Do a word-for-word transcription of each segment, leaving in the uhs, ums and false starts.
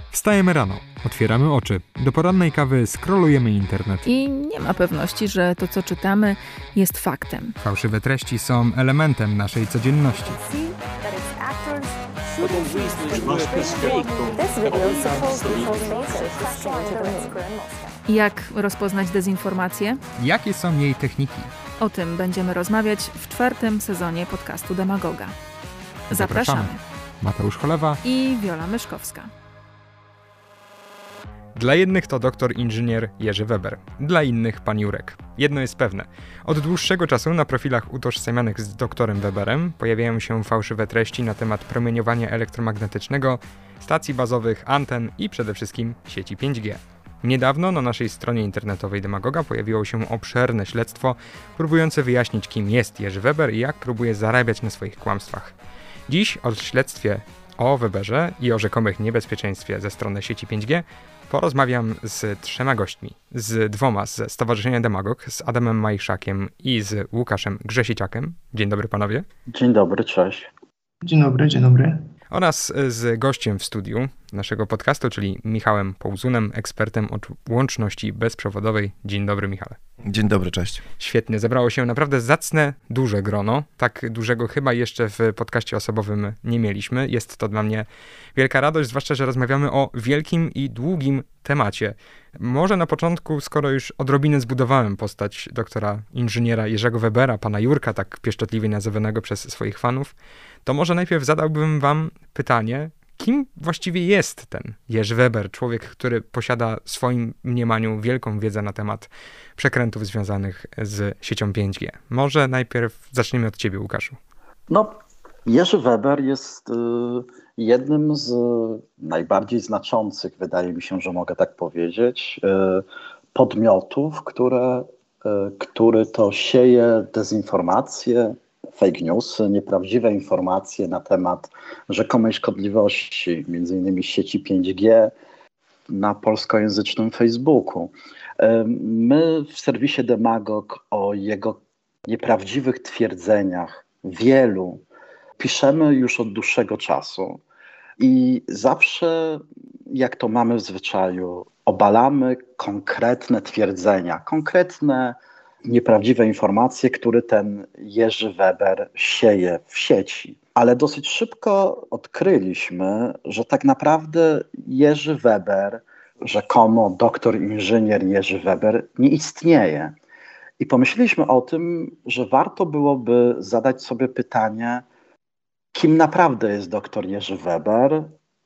Wstajemy rano, otwieramy oczy, do porannej kawy scrollujemy internet. I nie ma pewności, że to, co czytamy, jest faktem. Fałszywe treści są elementem naszej codzienności. Jak rozpoznać dezinformację? Jakie są jej techniki? O tym będziemy rozmawiać w czwartym sezonie podcastu Demagoga. Zapraszamy. Zapraszamy. Mateusz Cholewa I Wiola Myszkowska. Dla jednych to doktor inżynier Jerzy Weber, dla innych pan Jurek. Jedno jest pewne. Od dłuższego czasu na profilach utożsamianych z doktorem Weberem pojawiają się fałszywe treści na temat promieniowania elektromagnetycznego, stacji bazowych, anten i przede wszystkim sieci pięć G. Niedawno na naszej stronie internetowej Demagoga pojawiło się obszerne śledztwo próbujące wyjaśnić, kim jest Jerzy Weber i jak próbuje zarabiać na swoich kłamstwach. Dziś o śledztwie o Weberze i o rzekomych niebezpieczeństwie ze strony sieci pięć G porozmawiam z trzema gośćmi. Z dwoma ze Stowarzyszenia Demagog, z Adamem Majszakiem i z Łukaszem Grzesiciakiem. Dzień dobry panowie. Dzień dobry, cześć. Dzień dobry, dzień dobry. Oraz z gościem w studiu naszego podcastu, czyli Michałem Połzunem, ekspertem od łączności bezprzewodowej. Dzień dobry, Michale. Dzień dobry, cześć. Świetnie, zebrało się naprawdę zacne, duże grono. Tak dużego chyba jeszcze w podcaście osobowym nie mieliśmy. Jest to dla mnie wielka radość, zwłaszcza, że rozmawiamy o wielkim i długim temacie. Może na początku, skoro już odrobinę zbudowałem postać doktora inżyniera Jerzego Webera, pana Jurka, tak pieszczotliwie nazywanego przez swoich fanów, to może najpierw zadałbym wam pytanie, kim właściwie jest ten Jerzy Weber, człowiek, który posiada w swoim mniemaniu wielką wiedzę na temat przekrętów związanych z siecią pięć G. Może najpierw zaczniemy od ciebie, Łukaszu. No, Jerzy Weber jest y, jednym z najbardziej znaczących, wydaje mi się, że mogę tak powiedzieć, y, podmiotów, które, y, który to sieje dezinformację, fake newsy, nieprawdziwe informacje na temat rzekomej szkodliwości, między innymi sieci pięć G na polskojęzycznym Facebooku. My w serwisie Demagog o jego nieprawdziwych twierdzeniach, wielu, piszemy już od dłuższego czasu i zawsze, jak to mamy w zwyczaju, obalamy konkretne twierdzenia, konkretne nieprawdziwe informacje, które ten Jerzy Weber sieje w sieci. Ale dosyć szybko odkryliśmy, że tak naprawdę Jerzy Weber, rzekomo doktor inżynier Jerzy Weber, nie istnieje. I pomyśleliśmy o tym, że warto byłoby zadać sobie pytanie, kim naprawdę jest doktor Jerzy Weber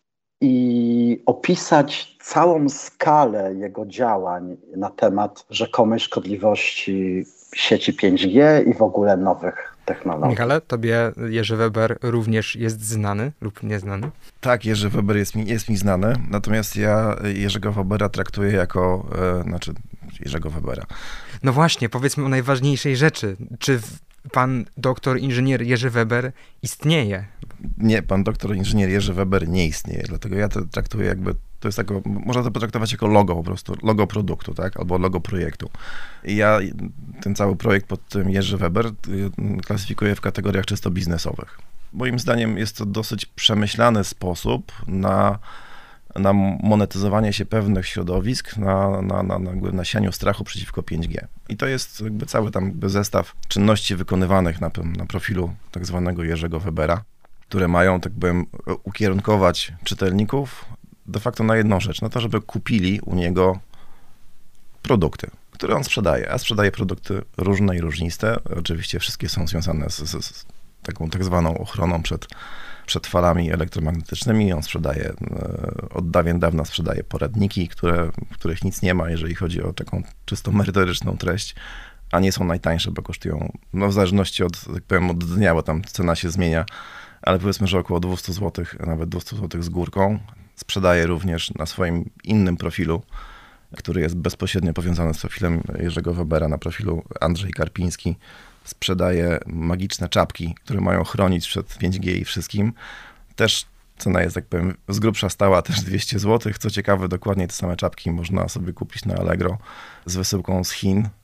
i opisać całą skalę jego działań na temat rzekomej szkodliwości sieci pięć G i w ogóle nowych technologii. Michale, tobie Jerzy Weber również jest znany lub nieznany? Tak, Jerzy Weber jest mi, jest mi znany, natomiast ja Jerzego Webera traktuję jako, e, znaczy Jerzego Webera. No właśnie, powiedzmy o najważniejszej rzeczy. Czy pan doktor inżynier Jerzy Weber istnieje? Nie, pan doktor inżynier Jerzy Weber nie istnieje, dlatego ja to traktuję jakby, to jest tako, można to potraktować jako logo po prostu, logo produktu, tak, albo logo projektu. I ja ten cały projekt pod tym Jerzy Weber klasyfikuję w kategoriach czysto biznesowych. Moim zdaniem jest to dosyć przemyślany sposób na, na monetyzowanie się pewnych środowisk, na, na, na, na, na sianiu strachu przeciwko pięć G. I to jest jakby cały tam jakby zestaw czynności wykonywanych na, na profilu tak zwanego Jerzego Webera, które mają, tak powiem, ukierunkować czytelników de facto na jedną rzecz, na to, żeby kupili u niego produkty, które on sprzedaje, a sprzedaje produkty różne i różniste. Oczywiście wszystkie są związane z, z, z taką tak zwaną ochroną przed, przed falami elektromagnetycznymi. On sprzedaje, od dawien dawna sprzedaje poradniki, które, w których nic nie ma, jeżeli chodzi o taką czysto merytoryczną treść, a nie są najtańsze, bo kosztują, no w zależności od, tak powiem, od dnia, bo tam cena się zmienia, ale powiedzmy, że około dwieście złotych, nawet dwieście złotych z górką. Sprzedaje również na swoim innym profilu, który jest bezpośrednio powiązany z profilem Jerzego Webera, na profilu Andrzej Karpiński. Sprzedaje magiczne czapki, które mają chronić przed pięć G i wszystkim. Też cena jest, tak powiem, z grubsza stała, też dwieście złotych. Co ciekawe, dokładnie te same czapki można sobie kupić na Allegro z wysyłką z Chin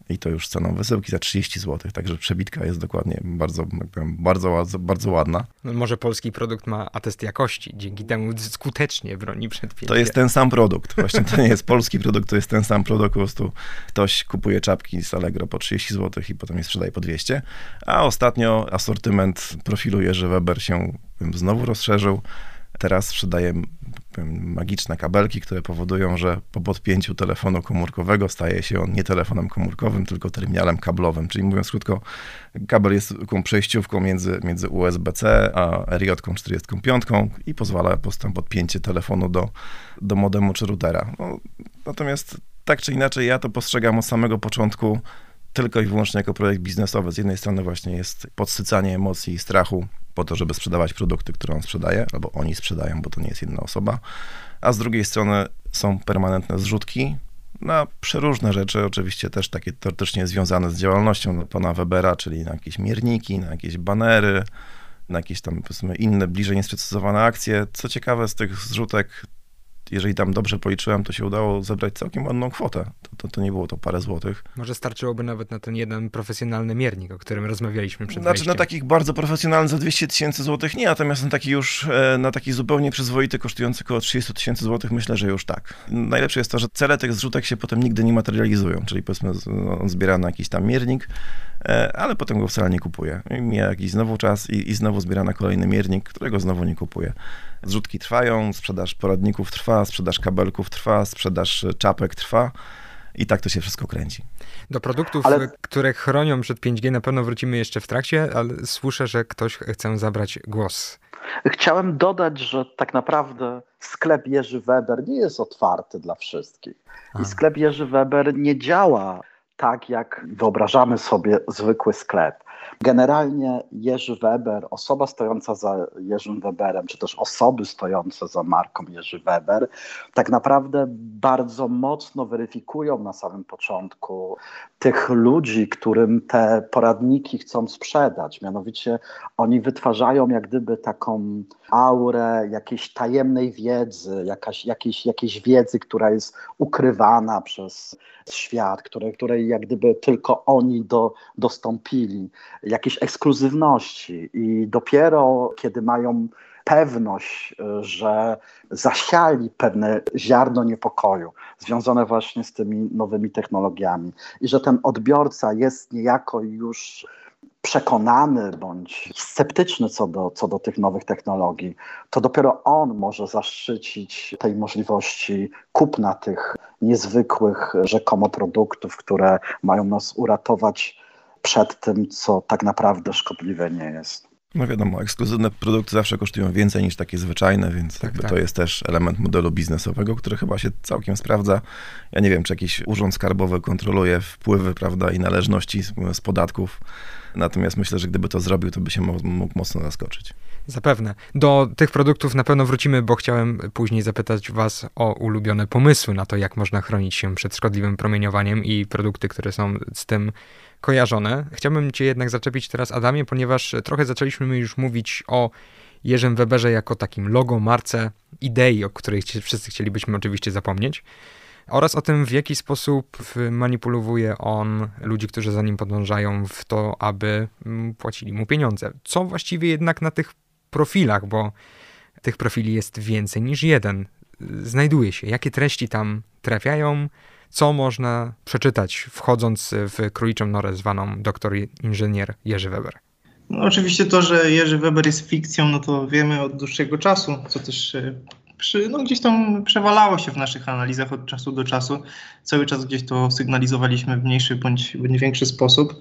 i to już z ceną wysyłki za trzydzieści złotych, także przebitka jest dokładnie bardzo, jak powiem, bardzo, bardzo, bardzo ładna. No może polski produkt ma atest jakości, dzięki temu skutecznie broni przed pięć G. To jest ten sam produkt, właśnie to nie jest polski produkt, to jest ten sam produkt, po prostu ktoś kupuje czapki z Allegro po trzydzieści złotych i potem je sprzedaje po dwieście, a ostatnio asortyment profilu Jerzy Weber się znowu rozszerzył. Teraz sprzedaję magiczne kabelki, które powodują, że po podpięciu telefonu komórkowego staje się on nie telefonem komórkowym, tylko terminalem kablowym. Czyli mówiąc krótko, kabel jest taką przejściówką między, między U S B C a R J czterdzieści pięć i pozwala po prostu podpięcie telefonu do, do modemu czy routera. No, natomiast tak czy inaczej ja to postrzegam od samego początku tylko i wyłącznie jako projekt biznesowy. Z jednej strony właśnie jest podsycanie emocji i strachu po to, żeby sprzedawać produkty, które on sprzedaje, albo oni sprzedają, bo to nie jest jedna osoba, a z drugiej strony są permanentne zrzutki na przeróżne rzeczy, oczywiście też takie teoretycznie związane z działalnością pana Webera, czyli na jakieś mierniki, na jakieś banery, na jakieś tam powiedzmy inne, bliżej niesprecyzowane akcje. Co ciekawe, z tych zrzutek, jeżeli tam dobrze policzyłem, to się udało zebrać całkiem ładną kwotę. To, to, to nie było to parę złotych. Może starczyłoby nawet na ten jeden profesjonalny miernik, o którym rozmawialiśmy przed Znaczy wejściem. na takich bardzo profesjonalnych za dwieście tysięcy złotych nie, natomiast na taki już, na taki zupełnie przyzwoity, kosztujący około trzydzieści tysięcy złotych, myślę, że już tak. Najlepsze jest to, że cele tych zrzutek się potem nigdy nie materializują, czyli powiedzmy on zbiera na jakiś tam miernik, ale potem go wcale nie kupuje. Mija jakiś znowu czas i, i znowu zbiera na kolejny miernik, którego znowu nie kupuje. Zrzutki trwają, sprzedaż poradników trwa, sprzedaż kabelków trwa, sprzedaż czapek trwa i tak to się wszystko kręci. Do produktów, ale... które chronią przed pięć G na pewno wrócimy jeszcze w trakcie, ale słyszę, że ktoś chce zabrać głos. Chciałem dodać, że tak naprawdę sklep Jerzy Weber nie jest otwarty dla wszystkich. I sklep Jerzy Weber nie działa tak, jak wyobrażamy sobie zwykły sklep. Generalnie Jerzy Weber, osoba stojąca za Jerzym Weberem, czy też osoby stojące za marką Jerzy Weber, tak naprawdę bardzo mocno weryfikują na samym początku tych ludzi, którym te poradniki chcą sprzedać. Mianowicie oni wytwarzają jak gdyby taką aurę jakiejś tajemnej wiedzy, jakaś, jakiejś, jakiejś wiedzy, która jest ukrywana przez świat, której, której jak gdyby tylko oni do, dostąpili, jakiejś ekskluzywności i dopiero kiedy mają pewność, że zasiali pewne ziarno niepokoju związane właśnie z tymi nowymi technologiami i że ten odbiorca jest niejako już przekonany bądź sceptyczny co do, co do tych nowych technologii, to dopiero on może zaszczycić tej możliwości kupna tych niezwykłych rzekomo produktów, które mają nas uratować przed tym, co tak naprawdę szkodliwe nie jest. No wiadomo, ekskluzywne produkty zawsze kosztują więcej niż takie zwyczajne, więc tak, jakby tak. to jest też element modelu biznesowego, który chyba się całkiem sprawdza. Ja nie wiem, czy jakiś urząd skarbowy kontroluje wpływy, prawda, i należności z, z podatków. Natomiast myślę, że gdyby to zrobił, to by się mógł mocno zaskoczyć. Zapewne. Do tych produktów na pewno wrócimy, bo chciałem później zapytać was o ulubione pomysły na to, jak można chronić się przed szkodliwym promieniowaniem i produkty, które są z tym kojarzone. Chciałbym cię jednak zaczepić teraz, Adamie, ponieważ trochę zaczęliśmy już mówić o Jerzym Weberze jako takim logo, marce, idei, o której wszyscy chcielibyśmy oczywiście zapomnieć, oraz o tym, w jaki sposób manipuluje on ludzi, którzy za nim podążają w to, aby płacili mu pieniądze. Co właściwie jednak na tych profilach, bo tych profili jest więcej niż jeden, znajduje się? Jakie treści tam trafiają? Co można przeczytać, wchodząc w króliczą norę zwaną doktor inżynier Jerzy Weber? No, oczywiście to, że Jerzy Weber jest fikcją, no to wiemy od dłuższego czasu, co też przy, no, gdzieś tam przewalało się w naszych analizach od czasu do czasu. Cały czas gdzieś to sygnalizowaliśmy w mniejszy bądź większy sposób.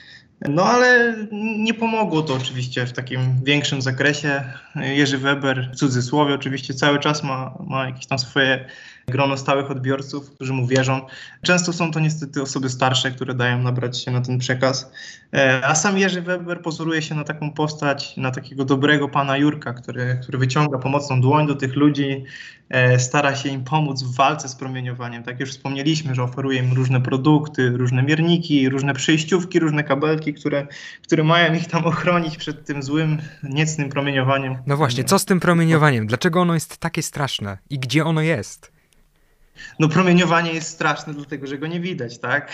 No ale nie pomogło to oczywiście w takim większym zakresie. Jerzy Weber, w cudzysłowie oczywiście, cały czas ma, ma jakieś tam swoje grono stałych odbiorców, którzy mu wierzą. Często są to niestety osoby starsze, które dają nabrać się na ten przekaz. A sam Jerzy Weber pozoruje się na taką postać, na takiego dobrego pana Jurka, który, który wyciąga pomocną dłoń do tych ludzi, stara się im pomóc w walce z promieniowaniem. Tak już wspomnieliśmy, że oferuje im różne produkty, różne mierniki, różne przejściówki, różne kabelki, które, które mają ich tam ochronić przed tym złym, niecnym promieniowaniem. No właśnie, co z tym promieniowaniem? Dlaczego ono jest takie straszne? I gdzie ono jest? No promieniowanie jest straszne, dlatego że go nie widać, tak?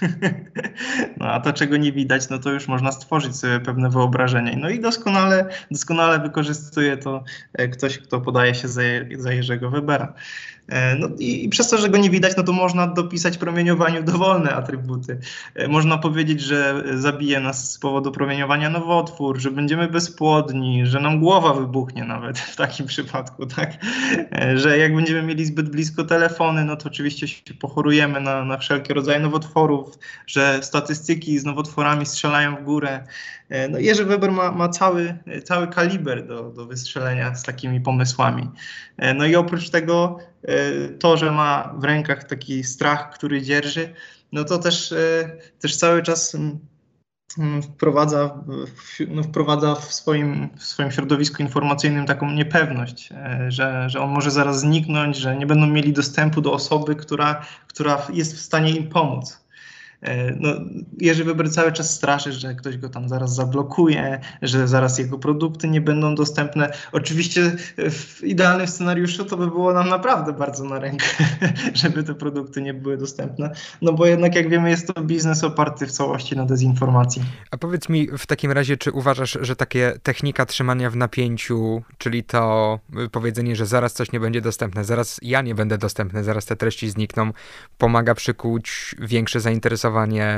No a to, czego nie widać, no to już można stworzyć sobie pewne wyobrażenie. No i doskonale, doskonale wykorzystuje to ktoś, kto podaje się za, za Jerzego Webera. No i, i przez to, że go nie widać, no to można dopisać promieniowaniu dowolne atrybuty. Można powiedzieć, że zabije nas z powodu promieniowania nowotwór, że będziemy bezpłodni, że nam głowa wybuchnie nawet w takim przypadku, tak? Że jak będziemy mieli zbyt blisko telefony, no to oczywiście się pochorujemy na, na wszelkie rodzaje nowotworów, że statystyki z nowotworami strzelają w górę. No Jerzy Weber ma, ma cały, cały kaliber do, do wystrzelenia z takimi pomysłami. No i oprócz tego to, że ma w rękach taki strach, który dzierży, no to też, też cały czas wprowadza, no wprowadza w, swoim, w swoim środowisku informacyjnym taką niepewność, że, że on może zaraz zniknąć, że nie będą mieli dostępu do osoby, która, która jest w stanie im pomóc. No, Jerzy Weber cały czas straszy, że ktoś go tam zaraz zablokuje, że zaraz jego produkty nie będą dostępne. Oczywiście w idealnym scenariuszu to by było nam naprawdę bardzo na rękę, żeby te produkty nie były dostępne. No bo jednak, jak wiemy, jest to biznes oparty w całości na dezinformacji. A powiedz mi w takim razie, czy uważasz, że takie technika trzymania w napięciu, czyli to powiedzenie, że zaraz coś nie będzie dostępne, zaraz ja nie będę dostępny, zaraz te treści znikną, pomaga przykuć większe zainteresowanie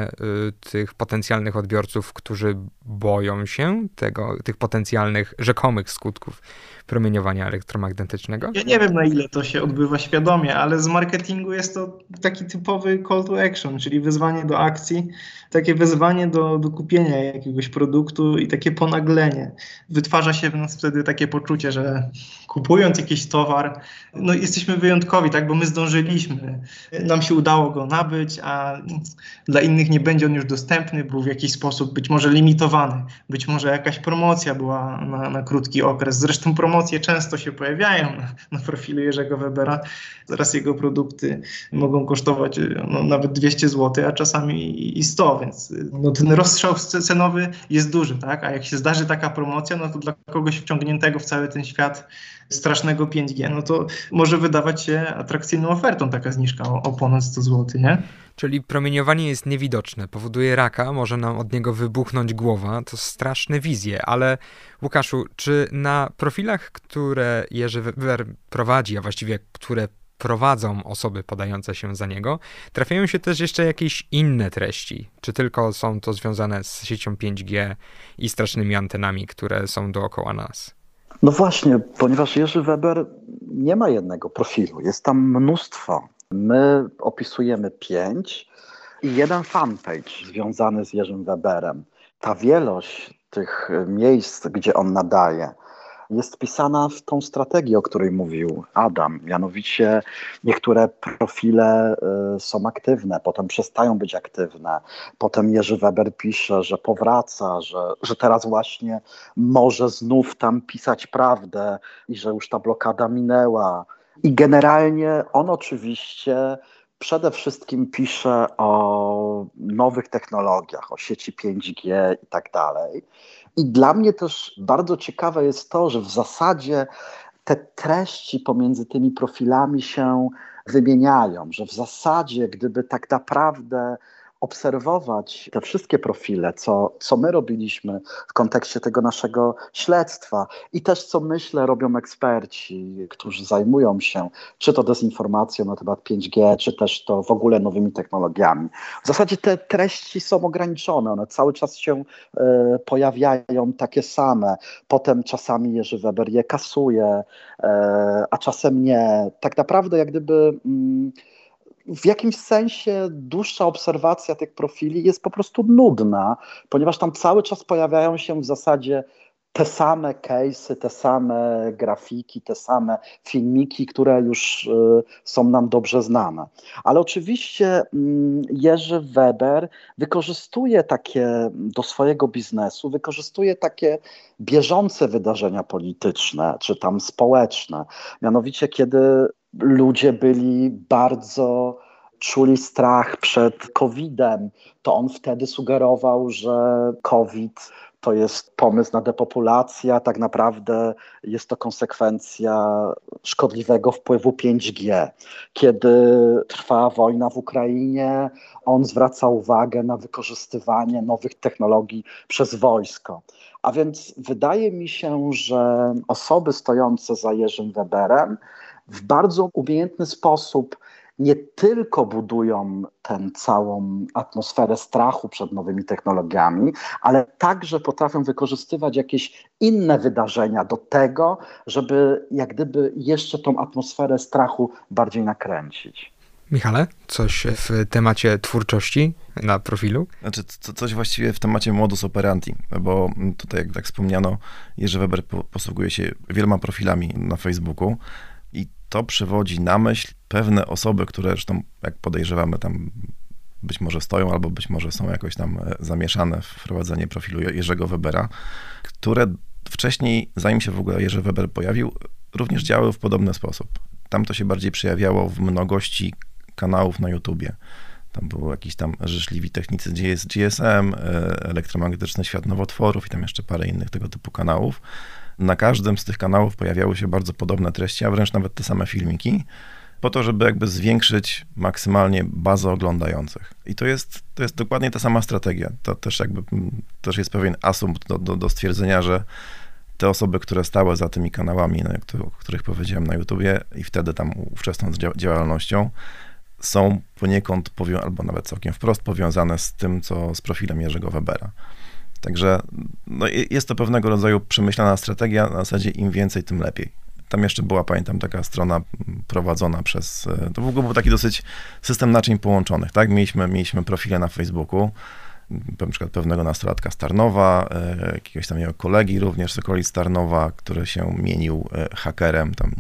y, tych potencjalnych odbiorców, którzy boją się tego, tych potencjalnych, rzekomych skutków promieniowania elektromagnetycznego? Ja nie wiem, na ile to się odbywa świadomie, ale z marketingu jest to taki typowy call to action, czyli wezwanie do akcji, takie wezwanie do, do kupienia jakiegoś produktu i takie ponaglenie. Wytwarza się w nas wtedy takie poczucie, że kupując jakiś towar, no jesteśmy wyjątkowi, tak, bo my zdążyliśmy. Nam się udało go nabyć, a dla innych nie będzie on już dostępny, był w jakiś sposób być może limitowany. Być może jakaś promocja była na, na krótki okres. Zresztą promocje często się pojawiają na, na profilu Jerzego Webera. Zaraz jego produkty mogą kosztować no, nawet dwieście złotych, a czasami i sto, więc no, ten rozstrzał cenowy jest duży, tak? A jak się zdarzy taka promocja, no to dla kogoś wciągniętego w cały ten świat strasznego pięć G, no to może wydawać się atrakcyjną ofertą taka zniżka o, o ponad sto złotych, nie? Czyli promieniowanie jest niewidoczne, powoduje raka, może nam od niego wybuchnąć głowa, to straszne wizje, ale Łukaszu, czy na profilach, które Jerzy Weber prowadzi, a właściwie które prowadzą osoby podające się za niego, trafiają się też jeszcze jakieś inne treści? Czy tylko są to związane z siecią pięć G i strasznymi antenami, które są dookoła nas? No właśnie, ponieważ Jerzy Weber nie ma jednego profilu, jest tam mnóstwo. My opisujemy pięć i jeden fanpage związany z Jerzym Weberem. Ta wielość tych miejsc, gdzie on nadaje, jest wpisana w tą strategię, o której mówił Adam. Mianowicie niektóre profile y, są aktywne, potem przestają być aktywne. Potem Jerzy Weber pisze, że powraca, że, że teraz właśnie może znów tam pisać prawdę i że już ta blokada minęła. I generalnie on oczywiście przede wszystkim pisze o nowych technologiach, o sieci pięć G i tak dalej. I dla mnie też bardzo ciekawe jest to, że w zasadzie te treści pomiędzy tymi profilami się wymieniają, że w zasadzie gdyby tak naprawdę obserwować te wszystkie profile, co, co my robiliśmy w kontekście tego naszego śledztwa i też co myślę robią eksperci, którzy zajmują się czy to dezinformacją na temat pięć G, czy też to w ogóle nowymi technologiami. W zasadzie te treści są ograniczone, one cały czas się y, pojawiają takie same. Potem czasami Jerzy Weber je kasuje, y, a czasem nie. Tak naprawdę jak gdyby... Y, w jakimś sensie dłuższa obserwacja tych profili jest po prostu nudna, ponieważ tam cały czas pojawiają się w zasadzie te same case'y, te same grafiki, te same filmiki, które już y, są nam dobrze znane. Ale oczywiście y, Jerzy Weber wykorzystuje takie do swojego biznesu, wykorzystuje takie bieżące wydarzenia polityczne, czy tam społeczne. Mianowicie kiedy ludzie byli bardzo, czuli strach przed kowidem, to on wtedy sugerował, że COVID To jest pomysł na depopulację, a tak naprawdę jest to konsekwencja szkodliwego wpływu pięć G. Kiedy trwa wojna w Ukrainie, on zwraca uwagę na wykorzystywanie nowych technologii przez wojsko. A więc wydaje mi się, że osoby stojące za Jerzym Weberem w bardzo umiejętny sposób nie tylko budują tę całą atmosferę strachu przed nowymi technologiami, ale także potrafią wykorzystywać jakieś inne wydarzenia do tego, żeby jak gdyby jeszcze tą atmosferę strachu bardziej nakręcić. Michale, coś w temacie twórczości na profilu? Znaczy, co, coś właściwie w temacie modus operandi, bo tutaj, jak tak wspomniano, Jerzy Weber po, posługuje się wieloma profilami na Facebooku i to przywodzi na myśl pewne osoby, które zresztą, jak podejrzewamy, tam być może stoją, albo być może są jakoś tam zamieszane w prowadzenie profilu Jerzego Webera, które wcześniej, zanim się w ogóle Jerzy Weber pojawił, również działały w podobny sposób. Tam to się bardziej przejawiało w mnogości kanałów na YouTubie. Tam były jakiś tam życzliwi technicy G S M, elektromagnetyczny świat nowotworów i tam jeszcze parę innych tego typu kanałów. Na każdym z tych kanałów pojawiały się bardzo podobne treści, a wręcz nawet te same filmiki, po to, żeby jakby zwiększyć maksymalnie bazę oglądających. I to jest, to jest dokładnie ta sama strategia. To też jakby też jest pewien asumpt do, do, do stwierdzenia, że te osoby, które stały za tymi kanałami, o których powiedziałem na YouTubie i wtedy tam ówczesną działalnością, są poniekąd, powią- albo nawet całkiem wprost powiązane z tym, co z profilem Jerzego Webera. Także no, jest to pewnego rodzaju przemyślana strategia, na zasadzie im więcej, tym lepiej. Tam jeszcze była, pamiętam, taka strona prowadzona przez, to w ogóle był taki dosyć system naczyń połączonych, tak? Mieliśmy, mieliśmy profile na Facebooku, na przykład pewnego nastolatka z Tarnowa, jakiegoś tam jego kolegi również z okolic Tarnowa, który się mienił hakerem, tam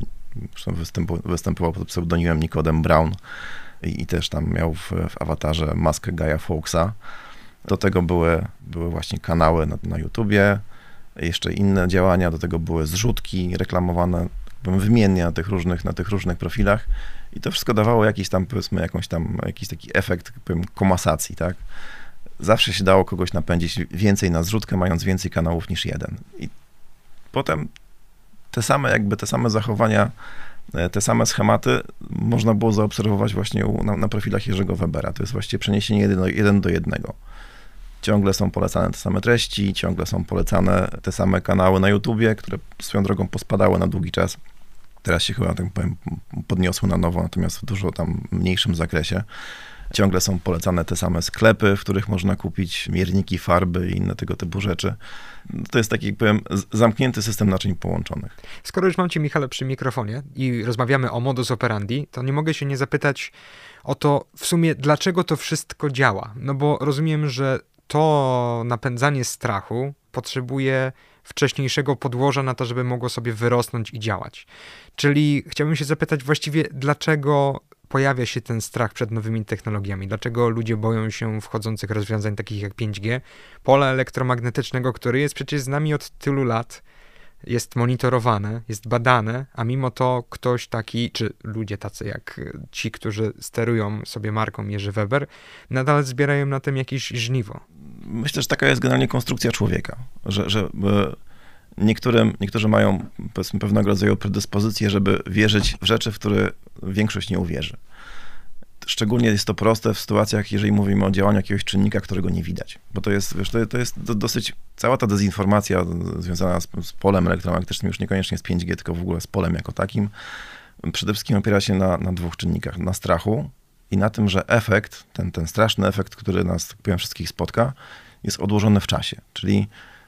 występował pod pseudonimem Nikodem Brown i, i też tam miał w, w awatarze maskę Gaia Fawkesa. Do tego były, były właśnie kanały na, na YouTubie, jeszcze inne działania, do tego były zrzutki reklamowane wymiennie na tych różnych, na tych różnych profilach i to wszystko dawało jakiś tam, powiedzmy, jakąś tam, jakiś taki efekt, powiem, komasacji, tak? Zawsze się dało kogoś napędzić więcej na zrzutkę, mając więcej kanałów niż jeden. I potem te same, jakby te same zachowania, te same schematy można było zaobserwować właśnie u, na, na profilach Jerzego Webera. To jest właściwie przeniesienie jeden do, jeden do jednego. Ciągle są polecane te same treści, ciągle są polecane te same kanały na YouTubie, które swoją drogą pospadały na długi czas. Teraz się chyba, tak powiem, podniosły na nowo, natomiast w dużo tam mniejszym zakresie. Ciągle są polecane te same sklepy, w których można kupić mierniki, farby i inne tego typu rzeczy. To jest taki, powiem, zamknięty system naczyń połączonych. Skoro już mam cię, Michale, przy mikrofonie i rozmawiamy o modus operandi, to nie mogę się nie zapytać o to w sumie, dlaczego to wszystko działa. No bo rozumiem, że to napędzanie strachu potrzebuje wcześniejszego podłoża na to, żeby mogło sobie wyrosnąć i działać. Czyli chciałbym się zapytać właściwie, dlaczego pojawia się ten strach przed nowymi technologiami? Dlaczego ludzie boją się wchodzących rozwiązań takich jak pięć G? Pola elektromagnetycznego, który jest przecież z nami od tylu lat, jest monitorowane, jest badane, a mimo to ktoś taki, czy ludzie tacy jak ci, którzy sterują sobie marką Jerzy Weber, nadal zbierają na tym jakieś żniwo. Myślę, że taka jest generalnie konstrukcja człowieka, że, że niektórym, niektórzy mają, powiedzmy, pewnego rodzaju predyspozycję, żeby wierzyć w rzeczy, w które większość nie uwierzy. Szczególnie jest to proste w sytuacjach, jeżeli mówimy o działaniu jakiegoś czynnika, którego nie widać. Bo to jest, wiesz, to, to jest dosyć, cała ta dezinformacja związana z, z polem elektromagnetycznym, już niekoniecznie z pięć G, tylko w ogóle z polem jako takim, przede wszystkim opiera się na, na dwóch czynnikach. Na strachu i na tym, że efekt, ten, ten straszny efekt, który nas, tak powiem, wszystkich spotka, jest odłożony w czasie. Czyli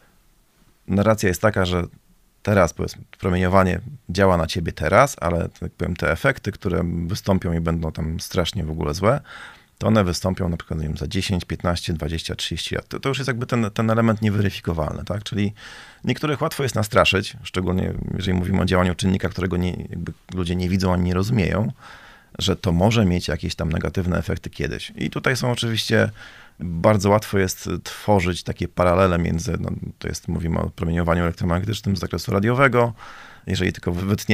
narracja jest taka, że teraz, powiedzmy, promieniowanie działa na ciebie teraz, ale, tak powiem, te efekty, które wystąpią i będą tam strasznie w ogóle złe, to one wystąpią na przykład, nie wiem, za dziesięć, piętnaście, dwadzieścia, trzydzieści lat. To, to już jest jakby ten, ten element nieweryfikowalny, tak? Czyli niektórych łatwo jest nastraszyć, szczególnie jeżeli mówimy o działaniu czynnika, którego nie, jakby ludzie nie widzą ani nie rozumieją, że to może mieć jakieś tam negatywne efekty kiedyś. I tutaj są oczywiście, bardzo łatwo jest tworzyć takie paralele między, no, to jest, mówimy o promieniowaniu elektromagnetycznym z zakresu radiowego. Jeżeli tylko wytniemy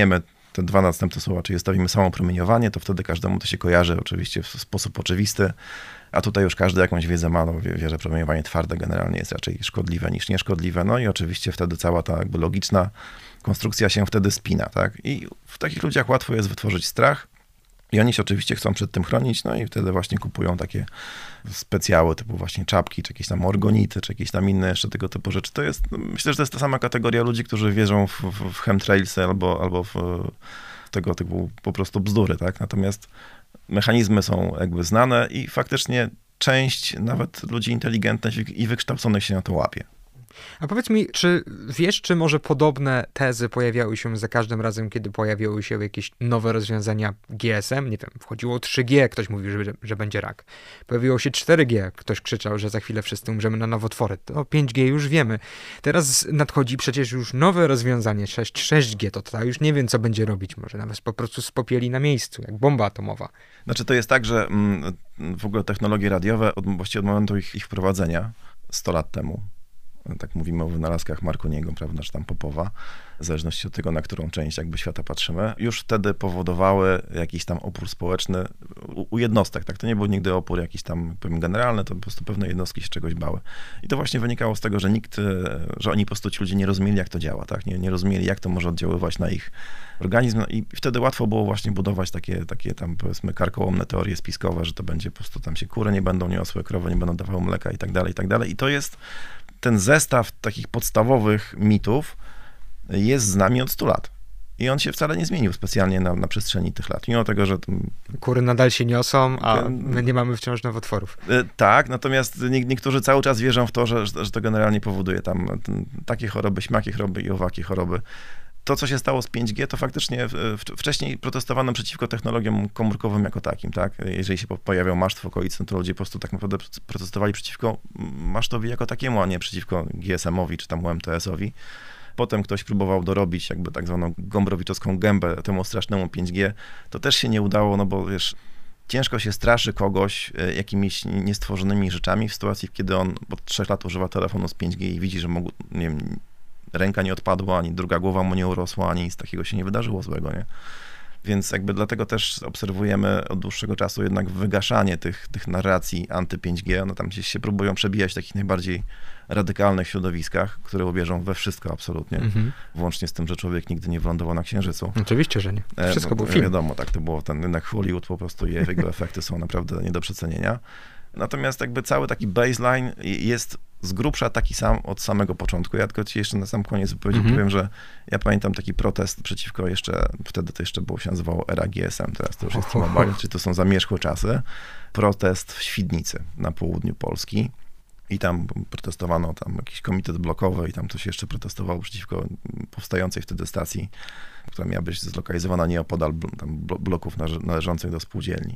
te dwa następne słowa, czyli zostawimy samo promieniowanie, to wtedy każdemu to się kojarzy oczywiście w sposób oczywisty, a tutaj już każdy jakąś wiedzę ma, no wie, wie, że promieniowanie twarde generalnie jest raczej szkodliwe niż nieszkodliwe, no i oczywiście wtedy cała ta jakby logiczna konstrukcja się wtedy spina, tak? I w takich ludziach łatwo jest wytworzyć strach i oni się oczywiście chcą przed tym chronić, no i wtedy właśnie kupują takie specjały typu właśnie czapki, czy jakieś tam orgonity, czy jakieś tam inne jeszcze tego typu rzeczy. To jest, myślę, że to jest ta sama kategoria ludzi, którzy wierzą w, w, w chemtrailsy albo, albo w tego typu po prostu bzdury, tak? Natomiast mechanizmy są jakby znane i faktycznie część nawet ludzi inteligentnych i wykształconych się na to łapie. A powiedz mi, czy wiesz, czy może podobne tezy pojawiały się za każdym razem, kiedy pojawiały się jakieś nowe rozwiązania G S M? Nie wiem, wchodziło trzy G, ktoś mówił, że, że będzie rak. Pojawiło się cztery G, ktoś krzyczał, że za chwilę wszyscy umrzemy na nowotwory. To pięć G już wiemy. Teraz nadchodzi przecież już nowe rozwiązanie, sześć G, to ta już nie wiem, co będzie robić. Może nawet po prostu spopieli na miejscu, jak bomba atomowa. Znaczy to jest tak, że mm, w ogóle technologie radiowe, od, właściwie od momentu ich, ich wprowadzenia, sto lat temu, tak mówimy o wynalazkach Marconiego, prawda, czy tam Popowa, w zależności od tego, na którą część jakby świata patrzymy, już wtedy powodowały jakiś tam opór społeczny u, u jednostek, tak, to nie był nigdy opór jakiś tam, powiem, generalny, to po prostu pewne jednostki się czegoś bały. I to właśnie wynikało z tego, że nikt, że oni po prostu ci ludzie nie rozumieli, jak to działa, tak, nie, nie rozumieli, jak to może oddziaływać na ich organizm, no i wtedy łatwo było właśnie budować takie, takie tam, powiedzmy, karkołomne teorie spiskowe, że to będzie po prostu tam się kury nie będą niosły, krowy nie będą dawały mleka i tak dalej, i tak dalej. I to jest ten zestaw takich podstawowych mitów jest z nami od stu lat. I on się wcale nie zmienił specjalnie na, na przestrzeni tych lat. Mimo tego, że... Kury nadal się niosą, a my nie mamy wciąż nowotworów. Tak, natomiast nie, niektórzy cały czas wierzą w to, że, że to generalnie powoduje tam takie choroby, śmakie choroby i owakie choroby. To, co się stało z pięć G, to faktycznie wcześniej protestowano przeciwko technologiom komórkowym jako takim, tak? Jeżeli się pojawiał maszt w okolicy, no to ludzie po prostu tak naprawdę protestowali przeciwko masztowi jako takiemu, a nie przeciwko G S M-owi czy tam U M T S-owi. Potem ktoś próbował dorobić jakby tak zwaną gombrowiczowską gębę temu strasznemu pięć G. To też się nie udało, no bo wiesz, ciężko się straszy kogoś jakimiś niestworzonymi rzeczami w sytuacji, kiedy on od trzech lat używa telefonu z pięć G i widzi, że mógł, nie wiem, ręka nie odpadła, ani druga głowa mu nie urosła, ani nic takiego się nie wydarzyło złego, nie? Więc jakby dlatego też obserwujemy od dłuższego czasu jednak wygaszanie tych, tych narracji anty pięć G. One tam gdzieś się próbują przebijać w takich najbardziej radykalnych środowiskach, które uwierzą we wszystko absolutnie, mhm. włącznie z tym, że człowiek nigdy nie wylądował na Księżycu. Oczywiście, że nie. Wszystko no, był film. Wiadomo, tak, to było ten jednak Hollywood po prostu i jego efekty są naprawdę nie do przecenienia. Natomiast jakby cały taki baseline jest z grubsza taki sam od samego początku. Ja tylko ci jeszcze na sam koniec wypowiedzi mm-hmm. powiem, że ja pamiętam taki protest przeciwko jeszcze, wtedy to jeszcze było się nazywało era G S M, teraz to już jest T-Mobile, czyli to są zamierzchłe czasy. Protest w Świdnicy na południu Polski i tam protestowano, tam jakiś komitet blokowy i tam to się jeszcze protestowało przeciwko powstającej wtedy stacji, która miała być zlokalizowana nieopodal tam bloków należących do spółdzielni.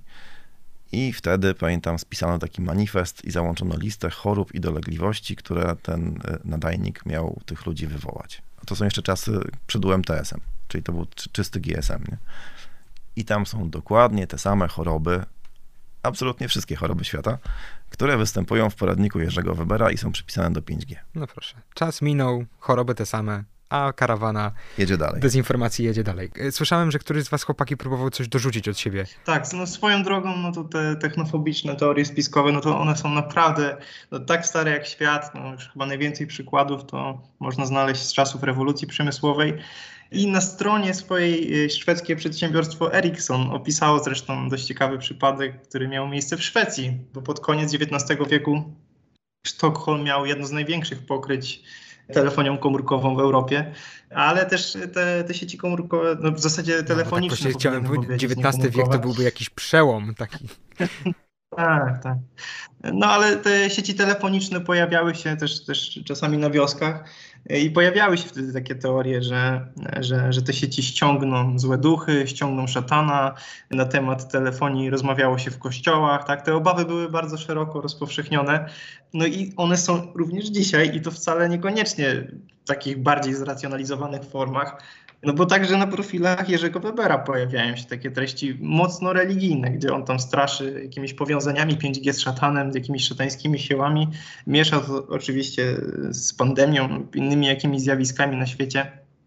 I wtedy, pamiętam, spisano taki manifest i załączono listę chorób i dolegliwości, które ten nadajnik miał tych ludzi wywołać. A to są jeszcze czasy przed U M T S-em, czyli to był czysty G S M, nie? I tam są dokładnie te same choroby, absolutnie wszystkie choroby świata, które występują w poradniku Jerzego Webera i są przypisane do pięć G. No proszę. Czas minął, choroby te same, a karawana jedzie dalej. Dezinformacji jedzie dalej. Słyszałem, że któryś z was, chłopaki, próbował coś dorzucić od siebie. Tak, no swoją drogą, no to te technofobiczne teorie spiskowe, no to one są naprawdę no, tak stare jak świat, no już chyba najwięcej przykładów to można znaleźć z czasów rewolucji przemysłowej. I na stronie swojej szwedzkie przedsiębiorstwo Ericsson opisało zresztą dość ciekawy przypadek, który miał miejsce w Szwecji, bo pod koniec dziewiętnastego wieku Sztokholm miał jedno z największych pokryć telefonią komórkową w Europie, ale też te, te sieci komórkowe, no w zasadzie telefoniczne. No, tak chciałem powiedzieć, dziewiętnasty wiek to byłby jakiś przełom taki. Tak, tak. No ale te sieci telefoniczne pojawiały się też, też czasami na wioskach i pojawiały się wtedy takie teorie, że, że, że te sieci ściągną złe duchy, ściągną szatana. Na temat telefonii rozmawiało się w kościołach, tak? Te obawy były bardzo szeroko rozpowszechnione. No i one są również dzisiaj i to wcale niekoniecznie w takich bardziej zracjonalizowanych formach. No bo także na profilach Jerzego Webera pojawiają się takie treści mocno religijne, gdzie on tam straszy jakimiś powiązaniami pięć G z szatanem, z jakimiś szatańskimi siłami. Miesza to oczywiście z pandemią, innymi jakimiś zjawiskami na świecie.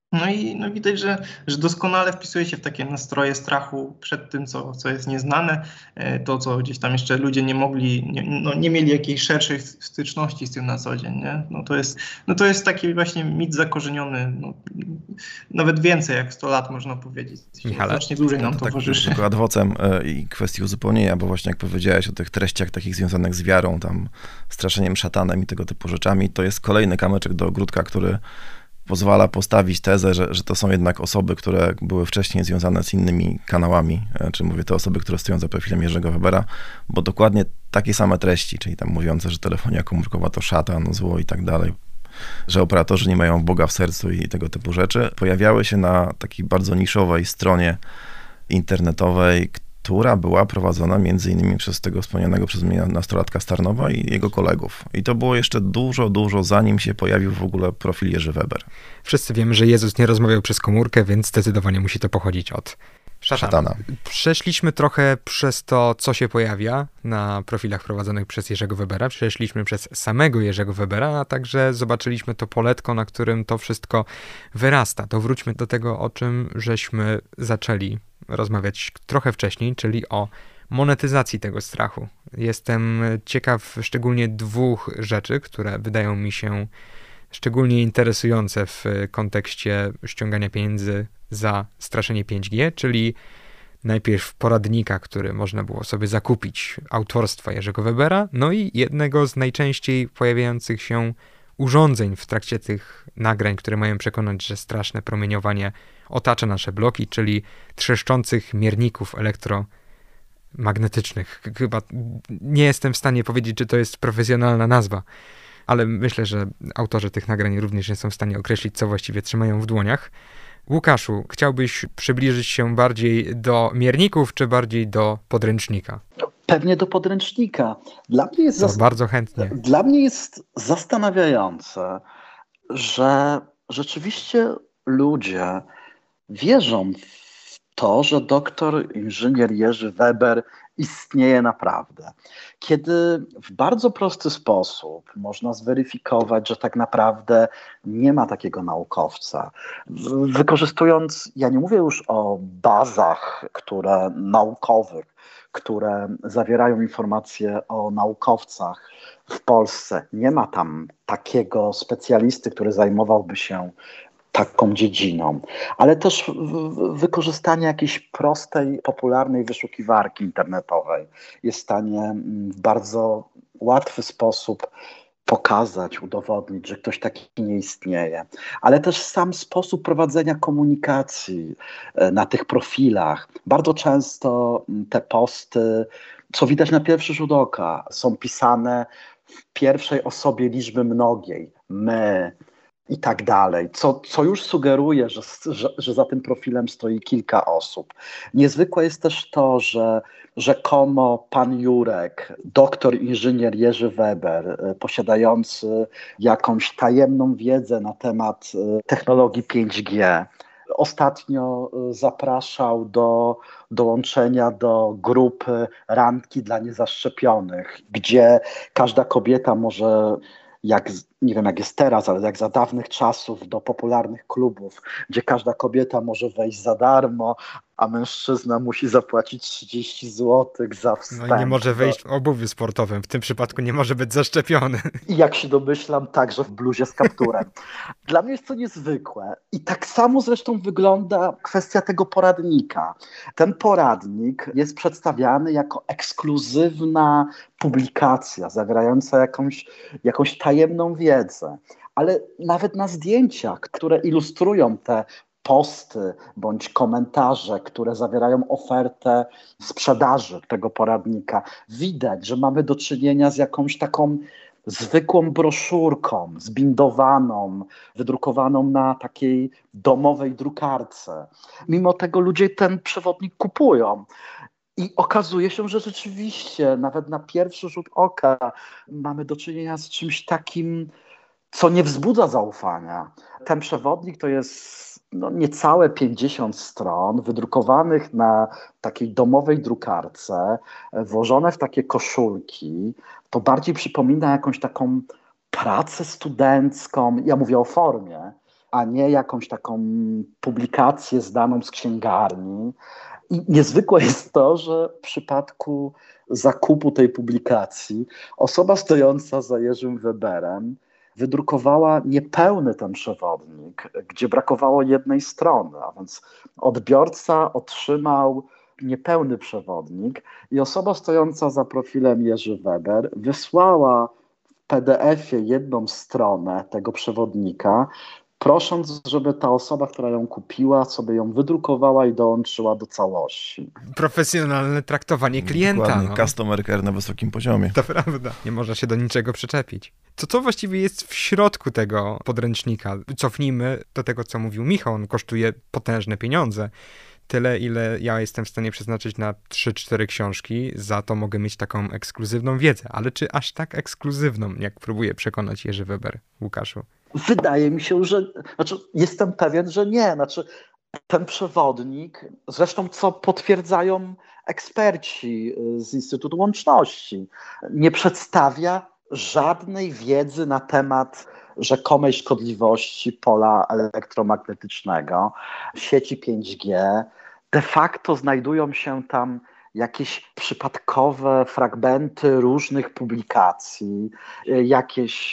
No i no widać, że, że doskonale wpisuje się w takie nastroje strachu przed tym, co, co jest nieznane, to, co gdzieś tam jeszcze ludzie nie mogli, nie, no, nie mieli jakiejś szerszej styczności z tym na co dzień. Nie? No, to jest, no to jest taki właśnie mit zakorzeniony, no, nawet więcej jak sto lat można powiedzieć. Michale? Znacznie dłużej nam to towarzyszy. Tak, tylko ad vocem i kwestii uzupełnienia, bo właśnie jak powiedziałeś o tych treściach takich związanych z wiarą, tam straszeniem szatanem i tego typu rzeczami, to jest kolejny kamyczek do ogródka, który pozwala postawić tezę, że, że to są jednak osoby, które były wcześniej związane z innymi kanałami, czy mówię te osoby, które stoją za profilem Jerzego Webera, bo dokładnie takie same treści, czyli tam mówiące, że telefonia komórkowa to szatan, zło i tak dalej, że operatorzy nie mają Boga w sercu i tego typu rzeczy, pojawiały się na takiej bardzo niszowej stronie internetowej, która była prowadzona między innymi przez tego wspomnianego przez mnie nastolatka z Tarnowa i jego kolegów. I to było jeszcze dużo, dużo zanim się pojawił w ogóle profil Jerzy Weber. Wszyscy wiemy, że Jezus nie rozmawiał przez komórkę, więc zdecydowanie musi to pochodzić od szatana. szatana. Przeszliśmy trochę przez to, co się pojawia na profilach prowadzonych przez Jerzego Webera. Przeszliśmy przez samego Jerzego Webera, a także zobaczyliśmy to poletko, na którym to wszystko wyrasta. To wróćmy do tego, o czym żeśmy zaczęli rozmawiać trochę wcześniej, czyli o monetyzacji tego strachu. Jestem ciekaw szczególnie dwóch rzeczy, które wydają mi się szczególnie interesujące w kontekście ściągania pieniędzy za straszenie pięć G, czyli najpierw poradnika, który można było sobie zakupić, autorstwa Jerzego Webera, no i jednego z najczęściej pojawiających się urządzeń w trakcie tych nagrań, które mają przekonać, że straszne promieniowanie otacza nasze bloki, czyli trzeszczących mierników elektromagnetycznych. Chyba nie jestem w stanie powiedzieć, czy to jest profesjonalna nazwa, ale myślę, że autorzy tych nagrań również nie są w stanie określić, co właściwie trzymają w dłoniach. Łukaszu, chciałbyś przybliżyć się bardziej do mierników, czy bardziej do podręcznika? Pewnie do podręcznika. Dla mnie jest, zas- bardzo chętnie. Dla mnie jest zastanawiające, że rzeczywiście ludzie wierzą w to, że doktor inżynier Jerzy Weber istnieje naprawdę. Kiedy w bardzo prosty sposób można zweryfikować, że tak naprawdę nie ma takiego naukowca, wykorzystując, ja nie mówię już o bazach, które naukowych, które zawierają informacje o naukowcach w Polsce. Nie ma tam takiego specjalisty, który zajmowałby się taką dziedziną, ale też wykorzystanie jakiejś prostej, popularnej wyszukiwarki internetowej jest w stanie w bardzo łatwy sposób pokazać, udowodnić, że ktoś taki nie istnieje. Ale też sam sposób prowadzenia komunikacji na tych profilach. Bardzo często te posty, co widać na pierwszy rzut oka, są pisane w pierwszej osobie liczby mnogiej. My i tak dalej, co, co już sugeruje, że, że, że za tym profilem stoi kilka osób. Niezwykłe jest też to, że rzekomo pan Jurek, doktor inżynier Jerzy Weber, posiadający jakąś tajemną wiedzę na temat technologii pięć G, ostatnio zapraszał do dołączenia do grupy randki dla niezaszczepionych, gdzie każda kobieta może, jak, nie wiem jak jest teraz, ale jak za dawnych czasów, do popularnych klubów, gdzie każda kobieta może wejść za darmo, a mężczyzna musi zapłacić trzydzieści złotych za wstęp. No i nie może wejść w obuwiu sportowym, w tym przypadku nie może być zaszczepiony. I jak się domyślam, także w bluzie z kapturem. Dla mnie jest to niezwykłe. I tak samo zresztą wygląda kwestia tego poradnika. Ten poradnik jest przedstawiany jako ekskluzywna publikacja, zawierająca jakąś, jakąś tajemną wiedzę. Ale nawet na zdjęciach, które ilustrują te posty bądź komentarze, które zawierają ofertę sprzedaży tego poradnika, widać, że mamy do czynienia z jakąś taką zwykłą broszurką, zbindowaną, wydrukowaną na takiej domowej drukarce. Mimo tego ludzie ten przewodnik kupują. I okazuje się, że rzeczywiście nawet na pierwszy rzut oka mamy do czynienia z czymś takim, co nie wzbudza zaufania. Ten przewodnik to jest no, niecałe pięćdziesiąt stron, wydrukowanych na takiej domowej drukarce, włożone w takie koszulki. To bardziej przypomina jakąś taką pracę studencką. Ja mówię o formie, a nie jakąś taką publikację zdaną z księgarni. I niezwykłe jest to, że w przypadku zakupu tej publikacji osoba stojąca za Jerzym Weberem wydrukowała niepełny ten przewodnik, gdzie brakowało jednej strony, a więc odbiorca otrzymał niepełny przewodnik i osoba stojąca za profilem Jerzy Weber wysłała w P D F-ie jedną stronę tego przewodnika, prosząc, żeby ta osoba, która ją kupiła, sobie ją wydrukowała i dołączyła do całości. Profesjonalne traktowanie klienta. Dokładnie, No. customer care na wysokim poziomie. To prawda. Nie można się do niczego przyczepić. To co właściwie jest w środku tego podręcznika? Cofnijmy do tego, co mówił Michał. On kosztuje potężne pieniądze. Tyle, ile ja jestem w stanie przeznaczyć na trzy cztery książki, za to mogę mieć taką ekskluzywną wiedzę. Ale czy aż tak ekskluzywną, jak próbuje przekonać Jerzy Weber, Łukaszu? Wydaje mi się, że, znaczy jestem pewien, że nie. Znaczy, ten przewodnik, zresztą co potwierdzają eksperci z Instytutu Łączności, nie przedstawia żadnej wiedzy na temat rzekomej szkodliwości pola elektromagnetycznego, sieci pięć G. De facto znajdują się tam jakieś przypadkowe fragmenty różnych publikacji, jakieś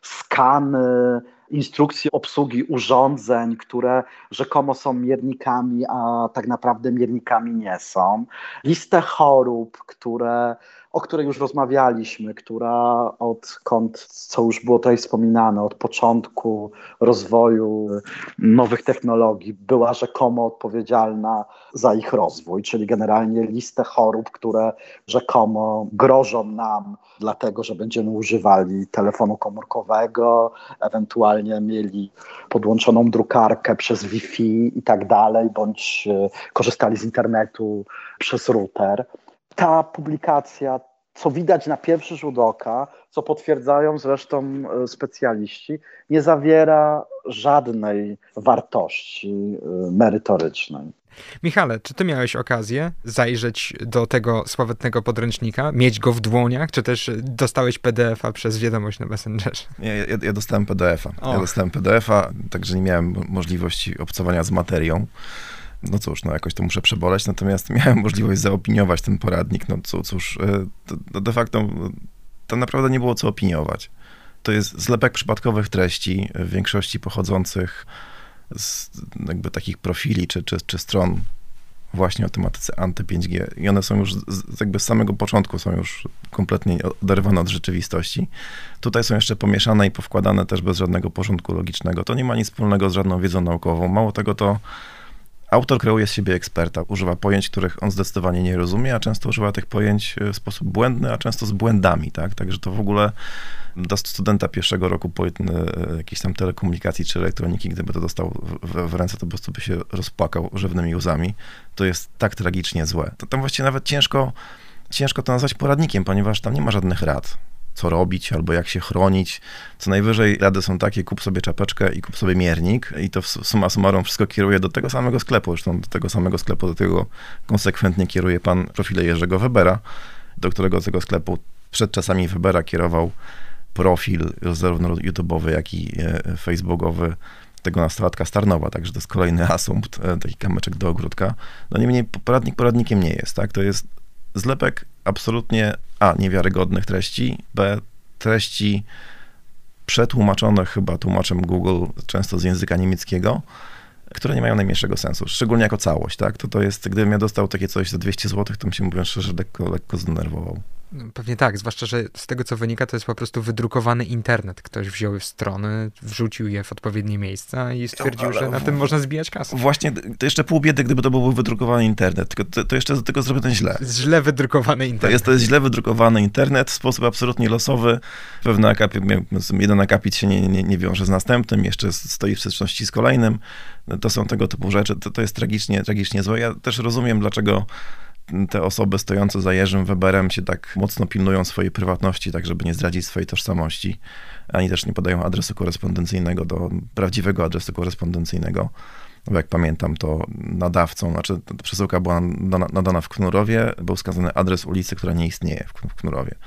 skany, instrukcje obsługi urządzeń, które rzekomo są miernikami, a tak naprawdę miernikami nie są. Listę chorób, które, o której już rozmawialiśmy, która odkąd, co już było tutaj wspominane, od początku rozwoju nowych technologii była rzekomo odpowiedzialna za ich rozwój, czyli generalnie listę chorób, które rzekomo grożą nam, dlatego że będziemy używali telefonu komórkowego, ewentualnie mieli podłączoną drukarkę przez Wi-Fi i tak dalej, bądź korzystali z internetu przez router. Ta publikacja, co widać na pierwszy rzut oka, co potwierdzają zresztą specjaliści, nie zawiera żadnej wartości merytorycznej. Michale, czy ty miałeś okazję zajrzeć do tego sławetnego podręcznika, mieć go w dłoniach, czy też dostałeś P D F-a przez wiadomość na Messengerze? Nie, ja, ja dostałem P D F-a. Och. Ja dostałem P D F-a, także nie miałem możliwości obcowania z materią. No cóż, no jakoś to muszę przeboleć, natomiast miałem możliwość zaopiniować ten poradnik. No cóż, to de facto tam naprawdę nie było co opiniować. To jest zlepek przypadkowych treści, w większości pochodzących z jakby takich profili czy, czy, czy stron właśnie o tematyce anty pięć G i one są już z, jakby z samego początku są już kompletnie oderwane od rzeczywistości. Tutaj są jeszcze pomieszane i powkładane też bez żadnego porządku logicznego. To nie ma nic wspólnego z żadną wiedzą naukową. Mało tego, to autor kreuje z siebie eksperta. Używa pojęć, których on zdecydowanie nie rozumie, a często używa tych pojęć w sposób błędny, a często z błędami, tak? Także to w ogóle dla studenta pierwszego roku po jakiejś tam telekomunikacji czy elektroniki, gdyby to dostał w, w ręce, to po prostu by się rozpłakał rzewnymi łzami. To jest tak tragicznie złe. To tam właściwie nawet ciężko, ciężko to nazwać poradnikiem, ponieważ tam nie ma żadnych rad, co robić albo jak się chronić. Co najwyżej rady są takie, kup sobie czapeczkę i kup sobie miernik i to summa summarum wszystko kieruje do tego samego sklepu. Zresztą do tego samego sklepu, do tego konsekwentnie kieruje pan profile Jerzego Webera, do którego tego sklepu przed czasami Webera kierował profil zarówno YouTube'owy, jak i facebookowy tego nastolatka z Tarnowa, także to jest kolejny asumpt, taki kamyczek do ogródka. No niemniej poradnik poradnikiem nie jest, tak? To jest zlepek absolutnie a. niewiarygodnych treści, b. treści przetłumaczone chyba tłumaczem Google, często z języka niemieckiego, które nie mają najmniejszego sensu, szczególnie jako całość, tak? To to jest, gdybym ja dostał takie coś za dwieście złotych, to bym się, mówiąc szczerze, lekko, lekko zdenerwował. Pewnie tak, zwłaszcza, że z tego, co wynika, to jest po prostu wydrukowany internet. Ktoś wziął strony, wrzucił je w odpowiednie miejsca i stwierdził, że na tym można zbijać kasę. Właśnie, to jeszcze pół biedy, gdyby to był wydrukowany internet, tylko to, to jeszcze do tego zrobione źle. Źle wydrukowany internet. To jest, to jest źle wydrukowany internet w sposób absolutnie losowy. Pewny akapit, jeden akapit się nie, nie, nie wiąże z następnym, jeszcze stoi w sprzeczności z kolejnym. To są tego typu rzeczy. To, to jest tragicznie, tragicznie złe. Ja też rozumiem, dlaczego te osoby stojące za Jerzym Weberem się tak mocno pilnują swojej prywatności, tak żeby nie zdradzić swojej tożsamości, ani też nie podają adresu korespondencyjnego do prawdziwego adresu korespondencyjnego. Bo jak pamiętam, to nadawcą, znaczy przesyłka była nadana, nadana w Knurowie, był wskazany adres ulicy, która nie istnieje w Knurowie.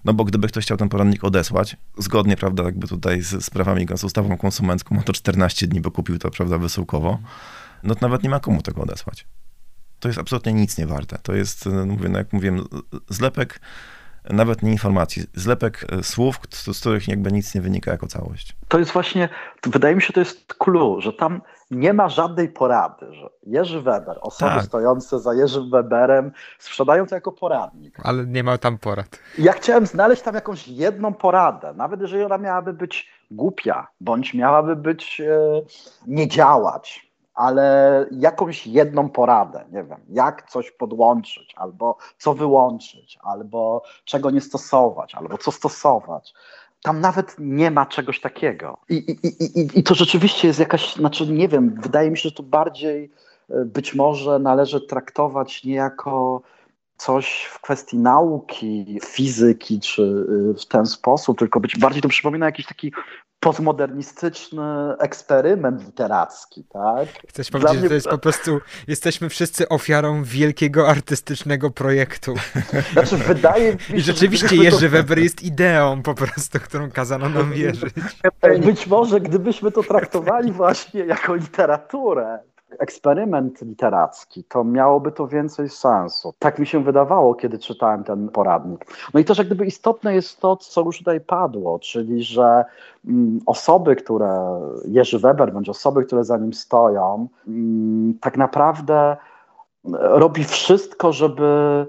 No bo gdyby ktoś chciał ten poradnik odesłać, zgodnie, prawda, jakby tutaj z, z prawami, z ustawą konsumencką, ma to czternaście dni, bo kupił to, prawda, wysyłkowo, no to nawet nie ma komu tego odesłać. To jest absolutnie nic nie warte. To jest, mówię, no jak mówiłem, zlepek nawet nie informacji, zlepek słów, z których jakby nic nie wynika jako całość. To jest właśnie, wydaje mi się, to jest clue, że tam nie ma żadnej porady, że Jerzy Weber, osoby tak. stojące za Jerzym Weberem sprzedają to jako poradnik. Ale nie ma tam porad. Ja chciałem znaleźć tam jakąś jedną poradę, nawet jeżeli ona miałaby być głupia, bądź miałaby być e, nie działać, ale jakąś jedną poradę, nie wiem, jak coś podłączyć, albo co wyłączyć, albo czego nie stosować, albo co stosować. Tam nawet nie ma czegoś takiego. I, i, i, i to rzeczywiście jest jakaś, znaczy nie wiem, wydaje mi się, że to bardziej być może należy traktować nie jako coś w kwestii nauki, fizyki, czy w ten sposób, tylko być bardziej to przypomina jakiś taki postmodernistyczny eksperyment literacki, tak? Chcesz powiedzieć, mnie... że to jest po prostu, jesteśmy wszyscy ofiarą wielkiego artystycznego projektu. Znaczy, wydaje mi się, I rzeczywiście Jerzy to... Weber jest ideą po prostu, którą kazano nam wierzyć. Być może gdybyśmy to traktowali właśnie jako literaturę, eksperyment literacki, to miałoby to więcej sensu. Tak mi się wydawało, kiedy czytałem ten poradnik. No i też jak gdyby istotne jest to, co już tutaj padło, czyli że mm, osoby, które, Jerzy Weber, bądź osoby, które za nim stoją, mm, tak naprawdę robi wszystko, żeby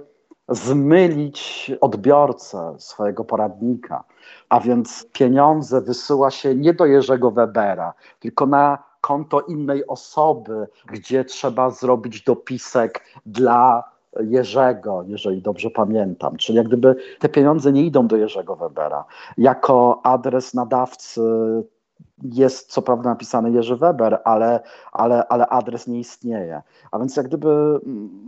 zmylić odbiorcę swojego poradnika. A więc pieniądze wysyła się nie do Jerzego Webera, tylko na konto innej osoby, gdzie trzeba zrobić dopisek dla Jerzego, jeżeli dobrze pamiętam. Czyli jak gdyby te pieniądze nie idą do Jerzego Webera. Jako adres nadawcy jest co prawda napisany Jerzy Weber, ale, ale, ale adres nie istnieje. A więc jak gdyby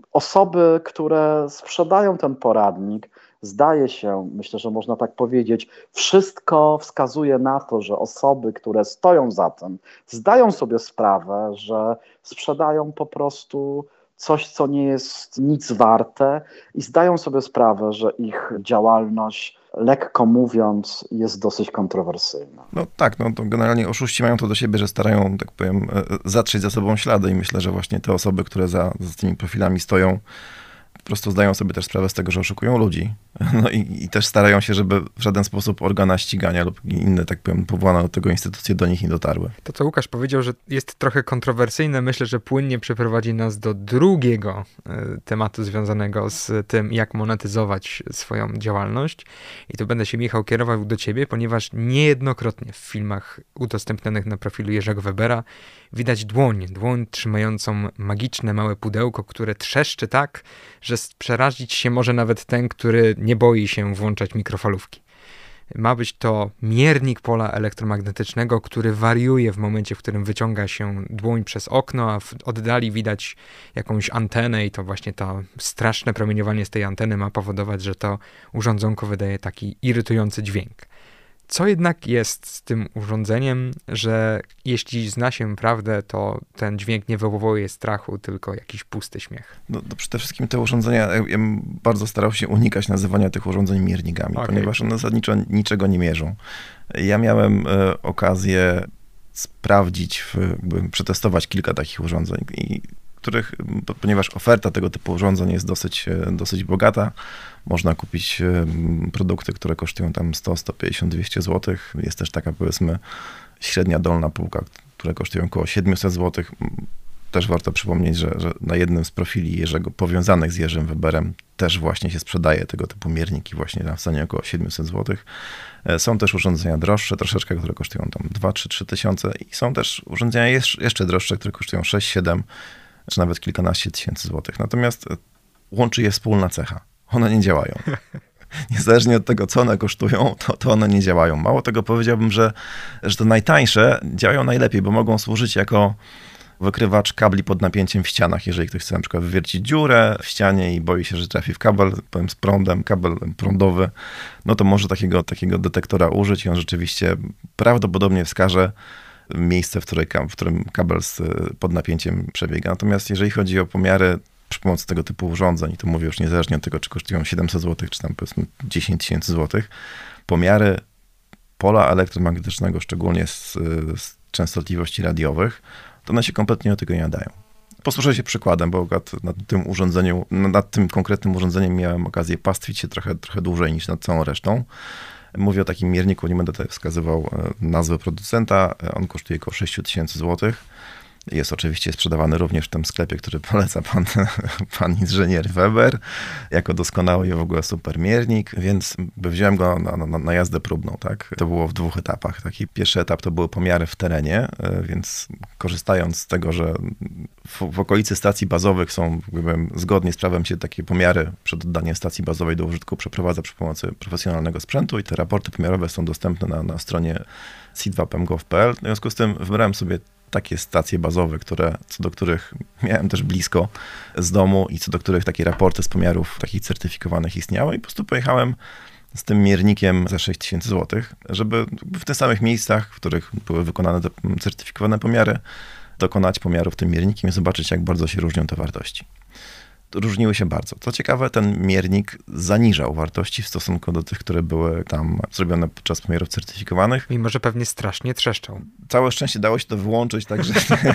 osoby, które sprzedają ten poradnik, zdaje się, myślę, że można tak powiedzieć, wszystko wskazuje na to, że osoby, które stoją za tym, zdają sobie sprawę, że sprzedają po prostu coś, co nie jest nic warte i zdają sobie sprawę, że ich działalność, lekko mówiąc, jest dosyć kontrowersyjna. No tak, no to generalnie oszuści mają to do siebie, że starają, tak powiem, zatrzeć za sobą ślady i myślę, że właśnie te osoby, które za, za tymi profilami stoją, po prostu zdają sobie też sprawę z tego, że oszukują ludzi. No i, i też starają się, żeby w żaden sposób organa ścigania lub inne, tak powiem, powołane do tego instytucje do nich nie dotarły. To, co Łukasz powiedział, że jest trochę kontrowersyjne, myślę, że płynnie przeprowadzi nas do drugiego y, tematu związanego z tym, jak monetyzować swoją działalność. I tu będę się, Michał, kierował do ciebie, ponieważ niejednokrotnie w filmach udostępnionych na profilu Jerzego Webera widać dłoń, dłoń trzymającą magiczne małe pudełko, które trzeszczy tak, że przerazić się może nawet ten, który nie boi się włączać mikrofalówki. Ma być to miernik pola elektromagnetycznego, który wariuje w momencie, w którym wyciąga się dłoń przez okno, a w oddali widać jakąś antenę i to właśnie to straszne promieniowanie z tej anteny ma powodować, że to urządzonko wydaje taki irytujący dźwięk. Co jednak jest z tym urządzeniem, że jeśli zna się prawdę, to ten dźwięk nie wywołuje strachu, tylko jakiś pusty śmiech? No, to przede wszystkim te urządzenia, ja, ja bardzo starał się unikać nazywania tych urządzeń miernikami, okay. ponieważ one zasadniczo niczego nie mierzą. Ja miałem e, okazję sprawdzić, w, jakby przetestować kilka takich urządzeń, i, których, ponieważ oferta tego typu urządzeń jest dosyć, dosyć bogata, można kupić produkty, które kosztują tam sto, sto pięćdziesiąt, dwieście złotych. Jest też taka, powiedzmy, średnia dolna półka, które kosztują około siedemset złotych. Też warto przypomnieć, że, że na jednym z profili Jerzego, powiązanych z Jerzym Weberem, też właśnie się sprzedaje tego typu mierniki właśnie na cenie około siedemset złotych. Są też urządzenia droższe troszeczkę, które kosztują tam dwa, trzy, trzy tysiące i są też urządzenia jeszcze droższe, które kosztują sześć, siedem czy nawet kilkanaście tysięcy złotych. Natomiast łączy je wspólna cecha. One nie działają. Niezależnie od tego, co one kosztują, to, to one nie działają. Mało tego, powiedziałbym, że, że te najtańsze działają najlepiej, bo mogą służyć jako wykrywacz kabli pod napięciem w ścianach. Jeżeli ktoś chce na przykład wywiercić dziurę w ścianie i boi się, że trafi w kabel, powiem z prądem, kabel prądowy, no to może takiego, takiego detektora użyć i on rzeczywiście prawdopodobnie wskaże miejsce, w, której, w którym kabel z, pod napięciem przebiega. Natomiast jeżeli chodzi o pomiary przy pomocy tego typu urządzeń, i to mówię już niezależnie od tego, czy kosztują siedemset złotych, czy tam powiedzmy dziesięć tysięcy złotych, pomiary pola elektromagnetycznego, szczególnie z, z częstotliwości radiowych, to one się kompletnie do tego nie nadają. Posłużę się przykładem, bo nad tym urządzeniu, nad tym konkretnym urządzeniem miałem okazję pastwić się trochę, trochę dłużej niż nad całą resztą. Mówię o takim mierniku, nie będę tutaj wskazywał nazwy producenta, on kosztuje około sześć tysięcy złotych. Jest oczywiście sprzedawany również w tym sklepie, który poleca pan, pan inżynier Weber, jako doskonały i w ogóle super miernik, więc wziąłem go na, na, na jazdę próbną, tak? To było w dwóch etapach. Taki pierwszy etap to były pomiary w terenie, więc korzystając z tego, że w, w okolicy stacji bazowych są, jakby, zgodnie z prawem się takie pomiary przed oddaniem stacji bazowej do użytku przeprowadza przy pomocy profesjonalnego sprzętu i te raporty pomiarowe są dostępne na, na stronie C I dwa P M gov kropka P L. W związku z tym wybrałem sobie takie stacje bazowe, które, co do których miałem też blisko z domu i co do których takie raporty z pomiarów takich certyfikowanych istniały i po prostu pojechałem z tym miernikiem za sześć tysięcy złotych, żeby w tych samych miejscach, w których były wykonane te certyfikowane pomiary, dokonać pomiarów tym miernikiem i zobaczyć, jak bardzo się różnią te wartości. Różniły się bardzo. Co ciekawe, ten miernik zaniżał wartości w stosunku do tych, które były tam zrobione podczas pomiarów certyfikowanych. Mimo że pewnie strasznie trzeszczał. Całe szczęście dało się to wyłączyć, także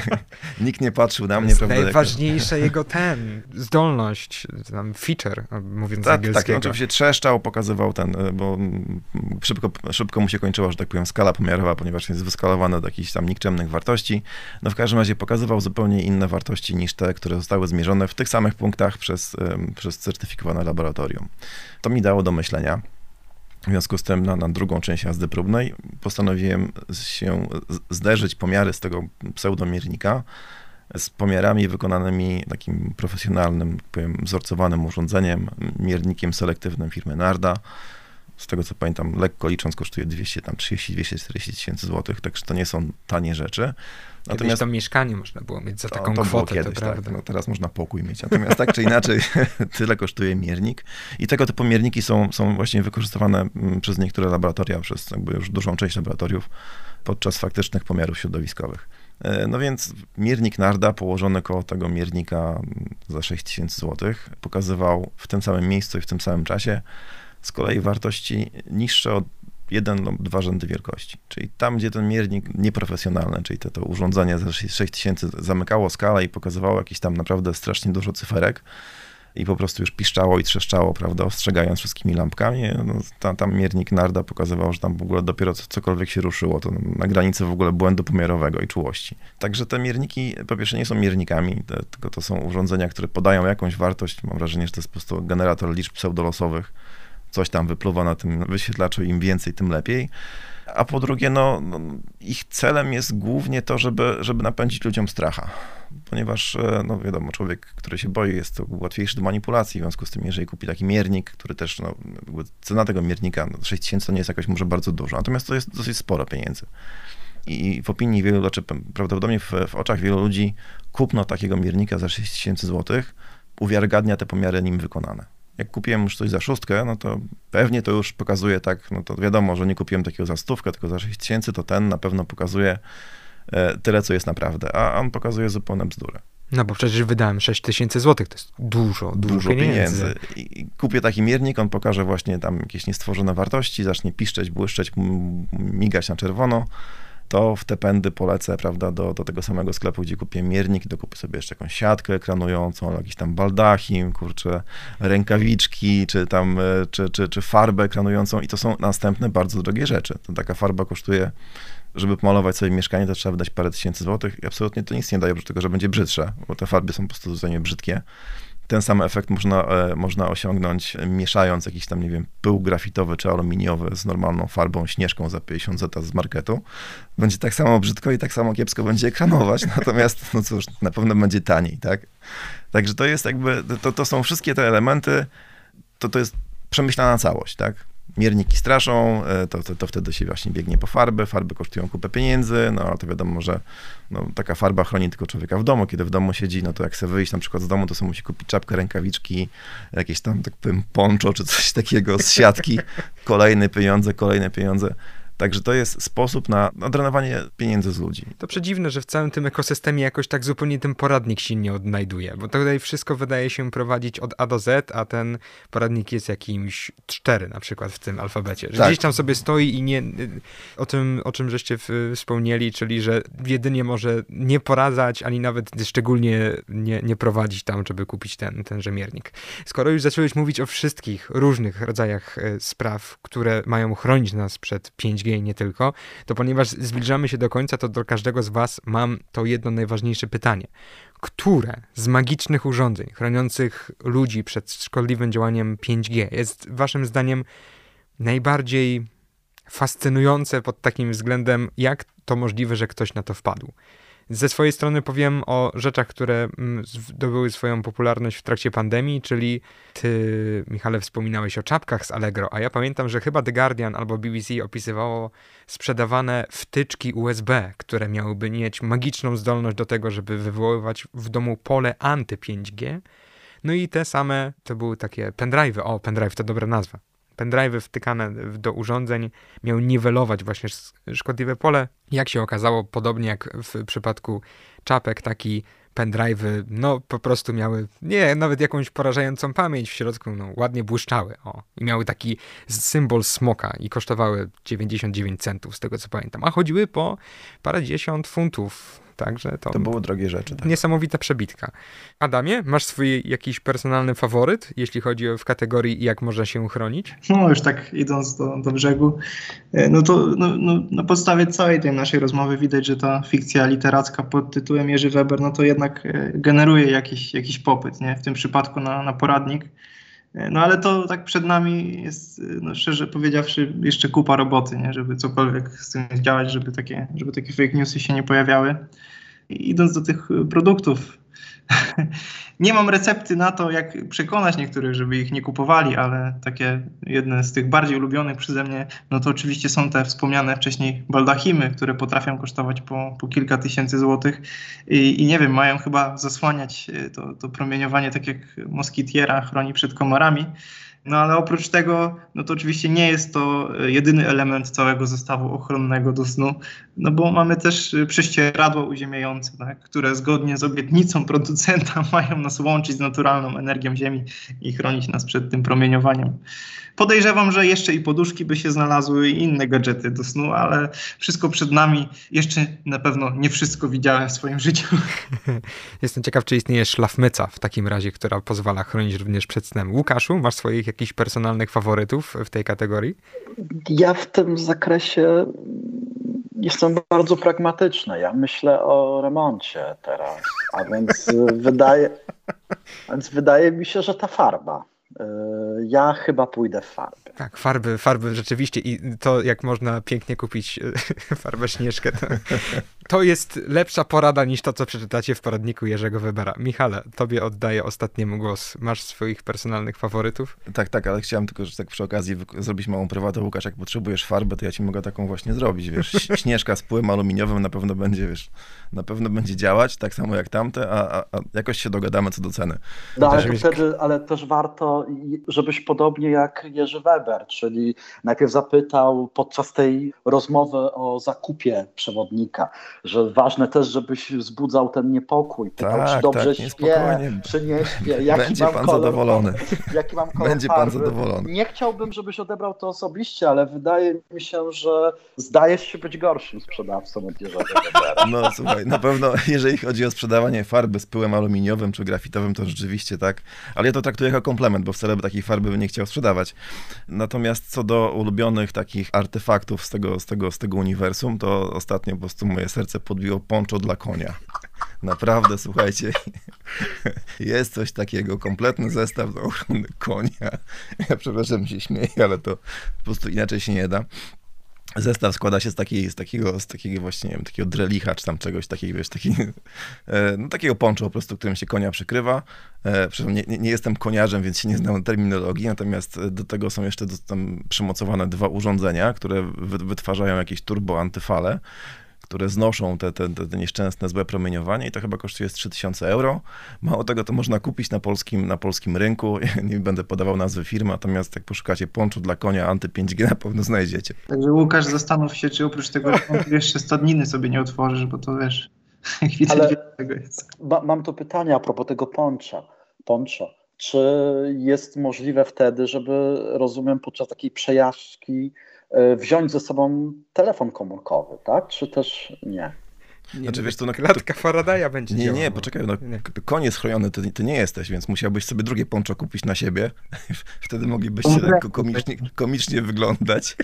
nikt nie patrzył na mnie. To jest prawda, najważniejsza jak... jego ten, zdolność, tam feature, mówiąc tak, angielskiego. Tak, on oczywiście trzeszczał, pokazywał ten, bo szybko, szybko mu się kończyła, że tak powiem, skala pomiarowa, ponieważ jest wyskalowana do jakichś tam nikczemnych wartości. No w każdym razie pokazywał zupełnie inne wartości niż te, które zostały zmierzone w tych samych punktach przez, przez certyfikowane laboratorium. To mi dało do myślenia. W związku z tym na, na drugą część jazdy próbnej postanowiłem się zderzyć pomiary z tego pseudomiernika z pomiarami wykonanymi takim profesjonalnym, powiem, wzorcowanym urządzeniem, miernikiem selektywnym firmy Narda. Z tego co pamiętam, lekko licząc, kosztuje dwieście trzydzieści do dwieście czterdzieści tysięcy złotych, także to nie są tanie rzeczy. Natomiast Kiedyś to mieszkanie można było mieć za to, taką to kwotę, kiedyś, to prawda. Tak. No teraz można pokój mieć. Natomiast tak czy inaczej, tyle kosztuje miernik. I tego typu mierniki są, są właśnie wykorzystywane przez niektóre laboratoria, przez jakby już dużą część laboratoriów podczas faktycznych pomiarów środowiskowych. No więc miernik Narda położony koło tego miernika za sześć tysięcy złotych pokazywał w tym samym miejscu i w tym samym czasie z kolei wartości niższe od jeden lub dwa rzędy wielkości. Czyli tam, gdzie ten miernik nieprofesjonalny, czyli to, to urządzenie za sześć tysięcy zamykało skalę i pokazywało jakieś tam naprawdę strasznie dużo cyferek i po prostu już piszczało i trzeszczało, prawda, ostrzegając wszystkimi lampkami, no, tam, tam miernik Narda pokazywał, że tam w ogóle dopiero cokolwiek się ruszyło, to na granicy w ogóle błędu pomiarowego i czułości. Także te mierniki, po pierwsze, nie są miernikami, te, tylko to są urządzenia, które podają jakąś wartość. Mam wrażenie, że to jest po prostu generator liczb pseudolosowych. Coś tam wypluwa na tym wyświetlaczu, im więcej, tym lepiej. A po drugie, no, no, ich celem jest głównie to, żeby, żeby napędzić ludziom stracha. Ponieważ, no wiadomo, człowiek, który się boi, jest to łatwiejszy do manipulacji. W związku z tym, jeżeli kupi taki miernik, który też, no, cena tego miernika, no, sześć tysięcy to nie jest jakoś może bardzo dużo, natomiast to jest dosyć sporo pieniędzy. I w opinii wielu, czy prawdopodobnie w, w oczach wielu ludzi, kupno takiego miernika za sześć tysięcy złotych uwiarygadnia te pomiary nim wykonane. Jak kupiłem już coś za szóstkę, no to pewnie to już pokazuje tak, no to wiadomo, że nie kupiłem takiego za stówkę, tylko za sześć tysięcy, to ten na pewno pokazuje tyle, co jest naprawdę, a on pokazuje zupełną bzdurę. No bo przecież wydałem sześć tysięcy złotych, to jest dużo, dużo, dużo pieniędzy. pieniędzy. I kupię taki miernik, on pokaże właśnie tam jakieś niestworzone wartości, zacznie piszczeć, błyszczeć, migać na czerwono, to w te pędy polecę, prawda, do, do tego samego sklepu, gdzie kupię miernik, dokupię sobie jeszcze jakąś siatkę ekranującą, jakiś tam baldachim, kurczę, rękawiczki, czy tam, czy, czy, czy farbę ekranującą i to są następne bardzo drogie rzeczy. To taka farba kosztuje, żeby pomalować sobie mieszkanie, to trzeba wydać parę tysięcy złotych i absolutnie to nic nie daje, oprócz tego, że będzie brzydsze, bo te farby są po prostu zupełnie brzydkie. Ten sam efekt można, e, można osiągnąć mieszając jakiś tam, nie wiem, pył grafitowy czy aluminiowy z normalną farbą śnieżką za pięćdziesiąt zeta z marketu. Będzie tak samo brzydko i tak samo kiepsko będzie ekranować, natomiast, no cóż, na pewno będzie taniej, tak? Także to jest jakby, to, to są wszystkie te elementy, to, to jest przemyślana całość, tak? Mierniki straszą, to, to, to wtedy się właśnie biegnie po farby, farby kosztują kupę pieniędzy, no ale to wiadomo, że no, taka farba chroni tylko człowieka w domu, kiedy w domu siedzi, no to jak chce wyjść na przykład z domu, to sobie musi kupić czapkę, rękawiczki, jakieś tam, tak powiem, poncho czy coś takiego z siatki, kolejne pieniądze, kolejne pieniądze. Także to jest sposób na, na drenowanie pieniędzy z ludzi. To przedziwne, że w całym tym ekosystemie jakoś tak zupełnie ten poradnik się nie odnajduje, bo tutaj wszystko wydaje się prowadzić od A do Z, a ten poradnik jest jakimś cztery na przykład w tym alfabecie. Że tak. Gdzieś tam sobie stoi i nie o tym, o czym żeście wspomnieli, czyli że jedynie może nie poradzać, ani nawet szczególnie nie, nie prowadzić tam, żeby kupić ten, ten rzemiernik. Skoro już zacząłeś mówić o wszystkich różnych rodzajach spraw, które mają chronić nas przed pięć G i nie tylko, to ponieważ zbliżamy się do końca, to do każdego z was mam to jedno najważniejsze pytanie. Które z magicznych urządzeń chroniących ludzi przed szkodliwym działaniem pięć G jest waszym zdaniem najbardziej fascynujące pod takim względem, jak to możliwe, że ktoś na to wpadł? Ze swojej strony powiem o rzeczach, które zdobyły swoją popularność w trakcie pandemii, czyli ty, Michale, wspominałeś o czapkach z Allegro, a ja pamiętam, że chyba The Guardian albo B B C opisywało sprzedawane wtyczki U S B, które miałyby mieć magiczną zdolność do tego, żeby wywoływać w domu pole anty pięć G. No i te same, to były takie pendrive'y, o, pendrive to dobra nazwa. Pendrive'y wtykane do urządzeń miały niwelować właśnie szkodliwe pole. Jak się okazało, podobnie jak w przypadku czapek, taki pendrive'y, no po prostu miały, nie, nawet jakąś porażającą pamięć w środku, no ładnie błyszczały, o. I miały taki symbol smoka i kosztowały dziewięćdziesiąt dziewięć centów, z tego co pamiętam. A chodziły po parędziesiąt funtów. Także to, to były drogie rzeczy. Tak. Niesamowita przebitka. Adamie, masz swój jakiś personalny faworyt, jeśli chodzi o w kategorii jak można się chronić? No już tak idąc do, do brzegu, no to no, no, na podstawie całej tej naszej rozmowy widać, że ta fikcja literacka pod tytułem Jerzy Weber, no to jednak generuje jakiś, jakiś popyt, nie? W tym przypadku na, na poradnik. No ale to tak przed nami jest, no szczerze powiedziawszy, jeszcze kupa roboty, nie? Żeby cokolwiek z tym działać, żeby takie, żeby takie fake newsy się nie pojawiały. I idąc do tych produktów, nie mam recepty na to, jak przekonać niektórych, żeby ich nie kupowali, ale takie jedne z tych bardziej ulubionych przeze mnie, no to oczywiście są te wspomniane wcześniej baldachimy, które potrafią kosztować po, po kilka tysięcy złotych i, i nie wiem, mają chyba zasłaniać to, to promieniowanie, tak jak moskitiera chroni przed komorami. No ale oprócz tego, no to oczywiście nie jest to jedyny element całego zestawu ochronnego do snu, no bo mamy też prześcieradła uziemiające, tak, które zgodnie z obietnicą producenta mają nas łączyć z naturalną energią Ziemi i chronić nas przed tym promieniowaniem. Podejrzewam, że jeszcze i poduszki by się znalazły i inne gadżety do snu, ale wszystko przed nami. Jeszcze na pewno nie wszystko widziałem w swoim życiu. Jestem ciekaw, czy istnieje szlafmyca w takim razie, która pozwala chronić również przed snem. Łukaszu, masz swoich jakichś personalnych faworytów w tej kategorii? Ja w tym zakresie jestem bardzo pragmatyczny. Ja myślę o remoncie teraz, a więc wydaje, więc wydaje mi się, że ta farba. Ja chyba pójdę w farby. Tak, farby, farby rzeczywiście i to jak można pięknie kupić farbę Śnieżkę, to, to jest lepsza porada niż to, co przeczytacie w poradniku Jerzego Webera. Michale, tobie oddaję ostatniemu głos. Masz swoich personalnych faworytów? Tak, tak, ale chciałem tylko, że tak przy okazji zrobić małą prywatę. Łukasz, jak potrzebujesz farbę, to ja ci mogę taką właśnie zrobić, wiesz. Śnieżka z płynem aluminiowym na pewno będzie, wiesz, na pewno będzie działać, tak samo jak tamte, a, a, a jakoś się dogadamy co do ceny. No, ale, to wtedy, ale też warto, żebyś podobnie jak Jerzy Weber, czyli najpierw zapytał podczas tej rozmowy o zakupie przewodnika, że ważne też, żebyś wzbudzał ten niepokój. Pytał, tak, czy dobrze tak, śpię, czy nie śpię. Jaki Będzie mam pan kolor, zadowolony. Jaki mam kolor Będzie farby. pan zadowolony. Nie chciałbym, żebyś odebrał to osobiście, ale wydaje mi się, że zdajesz się być gorszym sprzedawcą od Jerzego Webera. No słuchaj, na pewno jeżeli chodzi o sprzedawanie farby z pyłem aluminiowym czy grafitowym, to rzeczywiście tak, ale ja to traktuję jako komplement, bo wcale by takiej farby bym nie chciał sprzedawać. Natomiast co do ulubionych takich artefaktów z tego, z tego, z tego uniwersum, to ostatnio po prostu moje serce podbiło poncho dla konia. Naprawdę, słuchajcie, jest coś takiego, kompletny zestaw do ochrony konia. Ja przepraszam, się śmieję, ale to po prostu inaczej się nie da. Zestaw składa się z, takiej, z takiego, z takiego właśnie, nie wiem, takiego drelicha, czy tam czegoś takiego, wiesz, taki, no, takiego poncho po prostu, którym się konia przykrywa. Nie, nie, nie jestem koniarzem, więc się nie znam terminologii, natomiast do tego są jeszcze do, tam przymocowane dwa urządzenia, które wy, wytwarzają jakieś turbo antyfale, które znoszą te, te, te nieszczęsne, złe promieniowanie i to chyba kosztuje trzy tysiące euro. Mało tego, to można kupić na polskim, na polskim rynku. Ja nie będę podawał nazwy firmy, natomiast jak poszukacie ponczu dla konia anty pięć G, na pewno znajdziecie. Także Łukasz, zastanów się, czy oprócz tego jeszcze stadniny sobie nie otworzysz, bo to wiesz, widać Ale tego jest. ma, mam tu pytanie a propos tego poncza. Ponczo. Czy jest możliwe wtedy, żeby, rozumiem, podczas takiej przejażdżki y, wziąć ze sobą telefon komórkowy, tak? Czy też nie? Nie, Znaczy, wiesz, to na klatka Faradaya będzie Nie, działała. nie, poczekaj, no, Nie. konie schronione ty, ty nie jesteś, więc musiałbyś sobie drugie ponczo kupić na siebie. Wtedy moglibyście tak komicznie, komicznie wyglądać.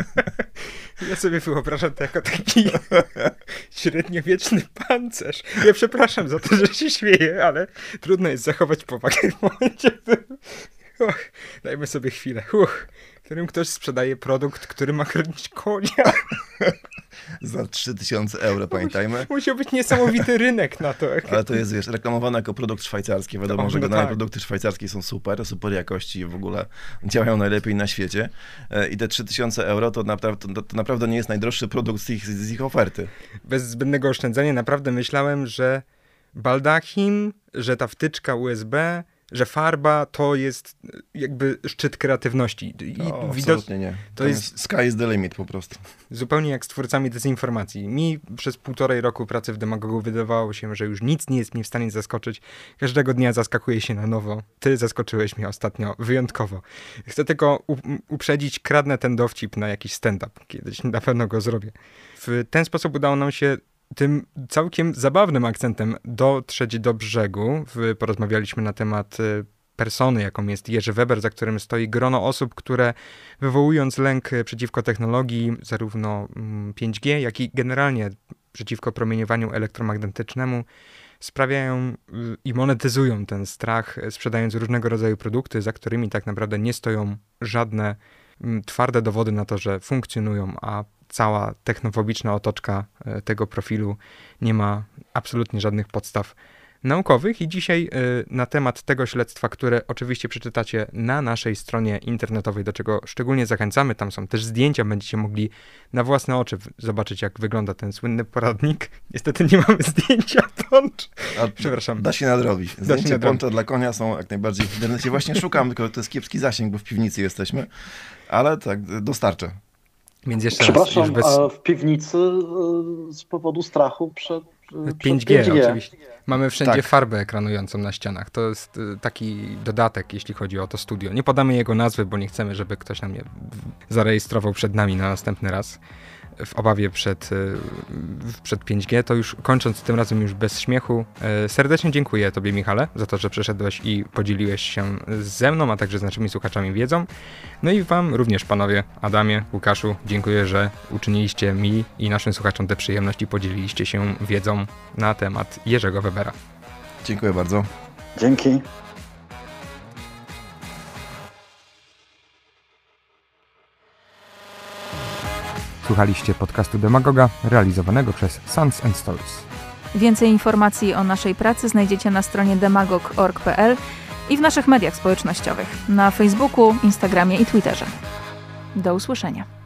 Ja sobie wyobrażam to jako taki średniowieczny pancerz. Ja przepraszam za to, że się śmieję, ale trudno jest zachować powagę w momencie, w którym... Och, dajmy sobie chwilę. Uch, w którym ktoś sprzedaje produkt, który ma chronić konia. Za trzy tysiące euro, pamiętajmy. Musiał być niesamowity rynek na to. Ale to jest, wiesz, reklamowane jako produkt szwajcarski. Wiadomo, No, że no generalnie tak. produkty szwajcarskie są super, super jakości i w ogóle działają najlepiej na świecie. E, I te trzy tysiące euro to, napra- to, to naprawdę nie jest najdroższy produkt z ich, z ich oferty. Bez zbędnego oszczędzania naprawdę myślałem, że baldachim, że ta wtyczka U S B, że farba to jest jakby szczyt kreatywności. I No, widok- absolutnie nie. to To jest- jest sky is the limit po prostu. Zupełnie jak z twórcami dezinformacji. Mi przez półtorej roku pracy w Demagogu wydawało się, że już nic nie jest mnie w stanie zaskoczyć. Każdego dnia zaskakuje się na nowo. Ty zaskoczyłeś mnie ostatnio wyjątkowo. Chcę tylko u- uprzedzić, kradnę ten dowcip na jakiś stand-up. Kiedyś na pewno go zrobię. W ten sposób udało nam się tym całkiem zabawnym akcentem dotrzeć do brzegu. W- Porozmawialiśmy na temat y, persony, jaką jest Jerzy Weber, za którym stoi grono osób, które wywołując lęk przeciwko technologii, zarówno mm, pięć G, jak i generalnie przeciwko promieniowaniu elektromagnetycznemu, sprawiają y, i monetyzują ten strach, y, sprzedając różnego rodzaju produkty, za którymi tak naprawdę nie stoją żadne mm, twarde dowody na to, że funkcjonują, a cała technofobiczna otoczka y, tego profilu nie ma absolutnie żadnych podstaw naukowych. I dzisiaj y, na temat tego śledztwa, które oczywiście przeczytacie na naszej stronie internetowej, do czego szczególnie zachęcamy, tam są też zdjęcia, będziecie mogli na własne oczy w- zobaczyć, jak wygląda ten słynny poradnik. Niestety nie mamy zdjęcia poncz. A Przepraszam. Da się nadrobić. Zdjęcie nadrobić. poncza dla konia są jak najbardziej w internecie. Właśnie szukam, tylko to jest kiepski zasięg, bo w piwnicy jesteśmy, ale tak, dostarczę. Więc jeszcze raz, Przepraszam, już bez a w piwnicy y, z powodu strachu przed, y, pięć przed G oczywiście. Mamy wszędzie Tak. farbę ekranującą na ścianach. To jest y, taki dodatek, jeśli chodzi o to studio. Nie podamy jego nazwy, bo nie chcemy, żeby ktoś nam je w- zarejestrował przed nami na następny raz. W obawie przed, y, przed pięć G, to już kończąc tym razem już bez śmiechu, y, serdecznie dziękuję Tobie, Michale, za to, że przyszedłeś i podzieliłeś się ze mną, a także z naszymi słuchaczami wiedzą. No i Wam również, panowie, Adamie, Łukaszu, dziękuję, że uczyniliście mi i naszym słuchaczom tę przyjemność i podzieliliście się wiedzą na temat Jerzego Webera. Dziękuję bardzo. Dzięki. Słuchaliście podcastu Demagoga, realizowanego przez Sons and Stories. Więcej informacji o naszej pracy znajdziecie na stronie demagog kropka org kropka p l i w naszych mediach społecznościowych na Facebooku, Instagramie i Twitterze. Do usłyszenia.